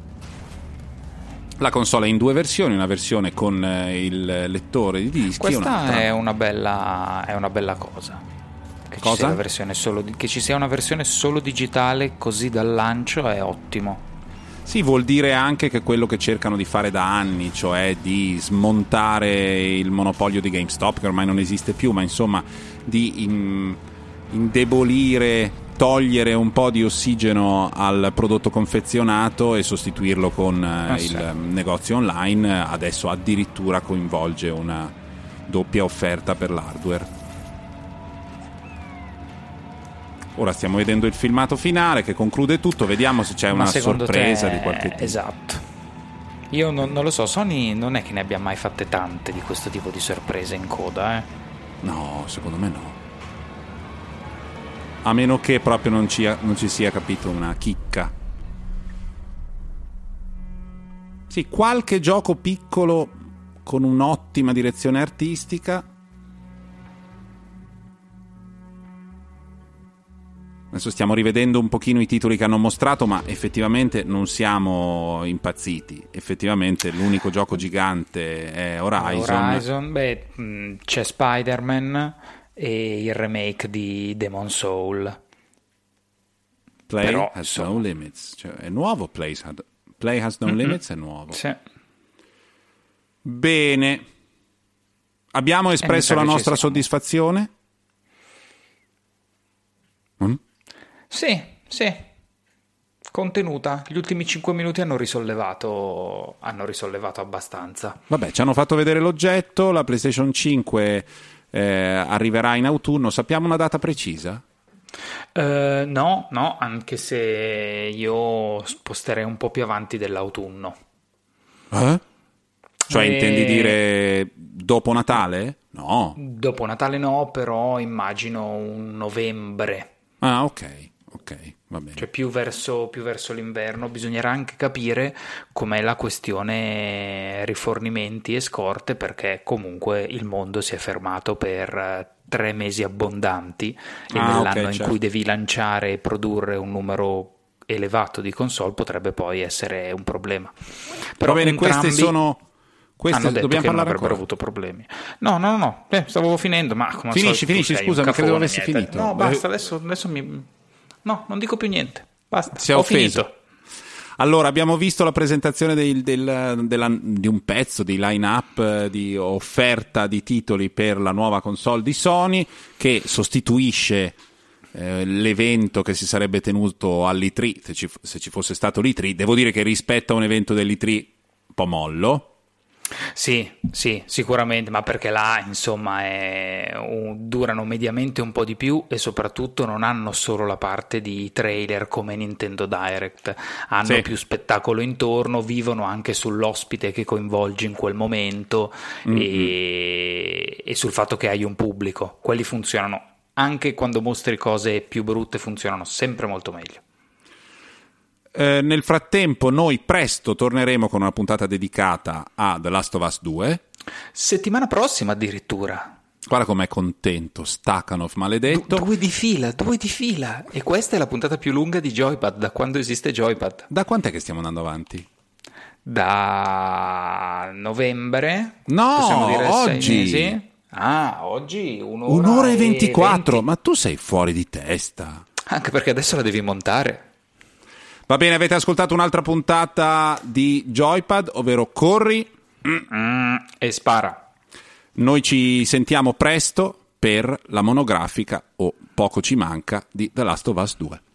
La console è in due versioni, una versione con il lettore di dischi. Questa un'altra. è una bella è una bella cosa. Che cosa? Ci sia la versione solo di, che ci sia una versione solo digitale così dal lancio è ottimo. Sì, vuol dire anche che quello che cercano di fare da anni, cioè di smontare il monopolio di GameStop, che ormai non esiste più, ma insomma di in, indebolire, togliere un po' di ossigeno al prodotto confezionato e sostituirlo con ah, il sì. negozio online, adesso addirittura coinvolge una doppia offerta per l'hardware. Ora stiamo vedendo il filmato finale che conclude tutto, vediamo se c'è Ma una sorpresa te... di qualche tipo. Esatto. Io non, non lo so, Sony non è che ne abbia mai fatte tante di questo tipo di sorprese in coda, eh. No, secondo me no. a meno che proprio non ci, non ci sia, capito, una chicca. Sì, qualche gioco piccolo con un'ottima direzione artistica. Adesso stiamo rivedendo un pochino i titoli che hanno mostrato, ma effettivamente non siamo impazziti. Effettivamente l'unico gioco gigante è Horizon. Horizon, beh, c'è Spider-Man e il remake di Demon Soul. Play Però, has insomma, no limits, cioè è nuovo. Play has, Play has no mm-hmm. limits è nuovo. Sì. Bene, abbiamo espresso la nostra soddisfazione? Mm? Sì, sì, contenuta. Gli ultimi cinque minuti hanno risollevato, hanno risollevato abbastanza. Vabbè, ci hanno fatto vedere l'oggetto, la PlayStation cinque eh, arriverà in autunno. Sappiamo una data precisa? Uh, no, no, anche se io sposterei un po' più avanti dell'autunno. Eh? Cioè e... intendi dire dopo Natale? No. Dopo Natale no, però immagino un novembre. Ah, ok, ok, va bene. Cioè più verso, più verso l'inverno. Bisognerà anche capire com'è la questione rifornimenti e scorte, perché comunque il mondo si è fermato per tre mesi abbondanti e ah, nell'anno okay, in certo. cui devi lanciare e produrre un numero elevato di console potrebbe poi essere un problema. Però va bene, queste sono... Queste hanno detto dobbiamo che non parlare avrebbero ancora. avuto problemi. No, no, no, eh, stavo finendo, ma come Finisci, al solito, finisci, tu sei scusa, un ma credevo cafone, avessi niente. finito. No, basta, adesso, adesso mi... No, non dico più niente. Basta, Si è ho offeso. finito. Allora, abbiamo visto la presentazione del, del, della, di un pezzo di line-up, di offerta di titoli per la nuova console di Sony, che sostituisce eh, l'evento che si sarebbe tenuto all'E tre, se ci, se ci fosse stato l'E tre. Devo dire che rispetto a un evento dell'E tre un po' mollo. Sì, sì, sicuramente, ma perché là insomma è un, durano mediamente un po' di più e soprattutto non hanno solo la parte di trailer come Nintendo Direct, hanno sì. più spettacolo intorno, vivono anche sull'ospite che coinvolgi in quel momento mm-hmm. e, e sul fatto che hai un pubblico. Quelli funzionano, anche quando mostri cose più brutte funzionano sempre molto meglio. Eh, nel frattempo noi presto torneremo con una puntata dedicata a The Last of Us due. Settimana prossima addirittura. Guarda com'è contento Stakhanov, maledetto. Du- due di fila, due di fila. E questa è la puntata più lunga di Joypad da quando esiste Joypad. Da quant'è che stiamo andando avanti? Da novembre. No, possiamo dire oggi. sei mesi. Ah, oggi un'ora, un'ora e ventiquattro. venti. Ma tu sei fuori di testa. Anche perché adesso la devi montare. Va bene, avete ascoltato un'altra puntata di Joypad, ovvero corri mm, e spara. Noi ci sentiamo presto per la monografica, o poco ci manca, di The Last of Us due.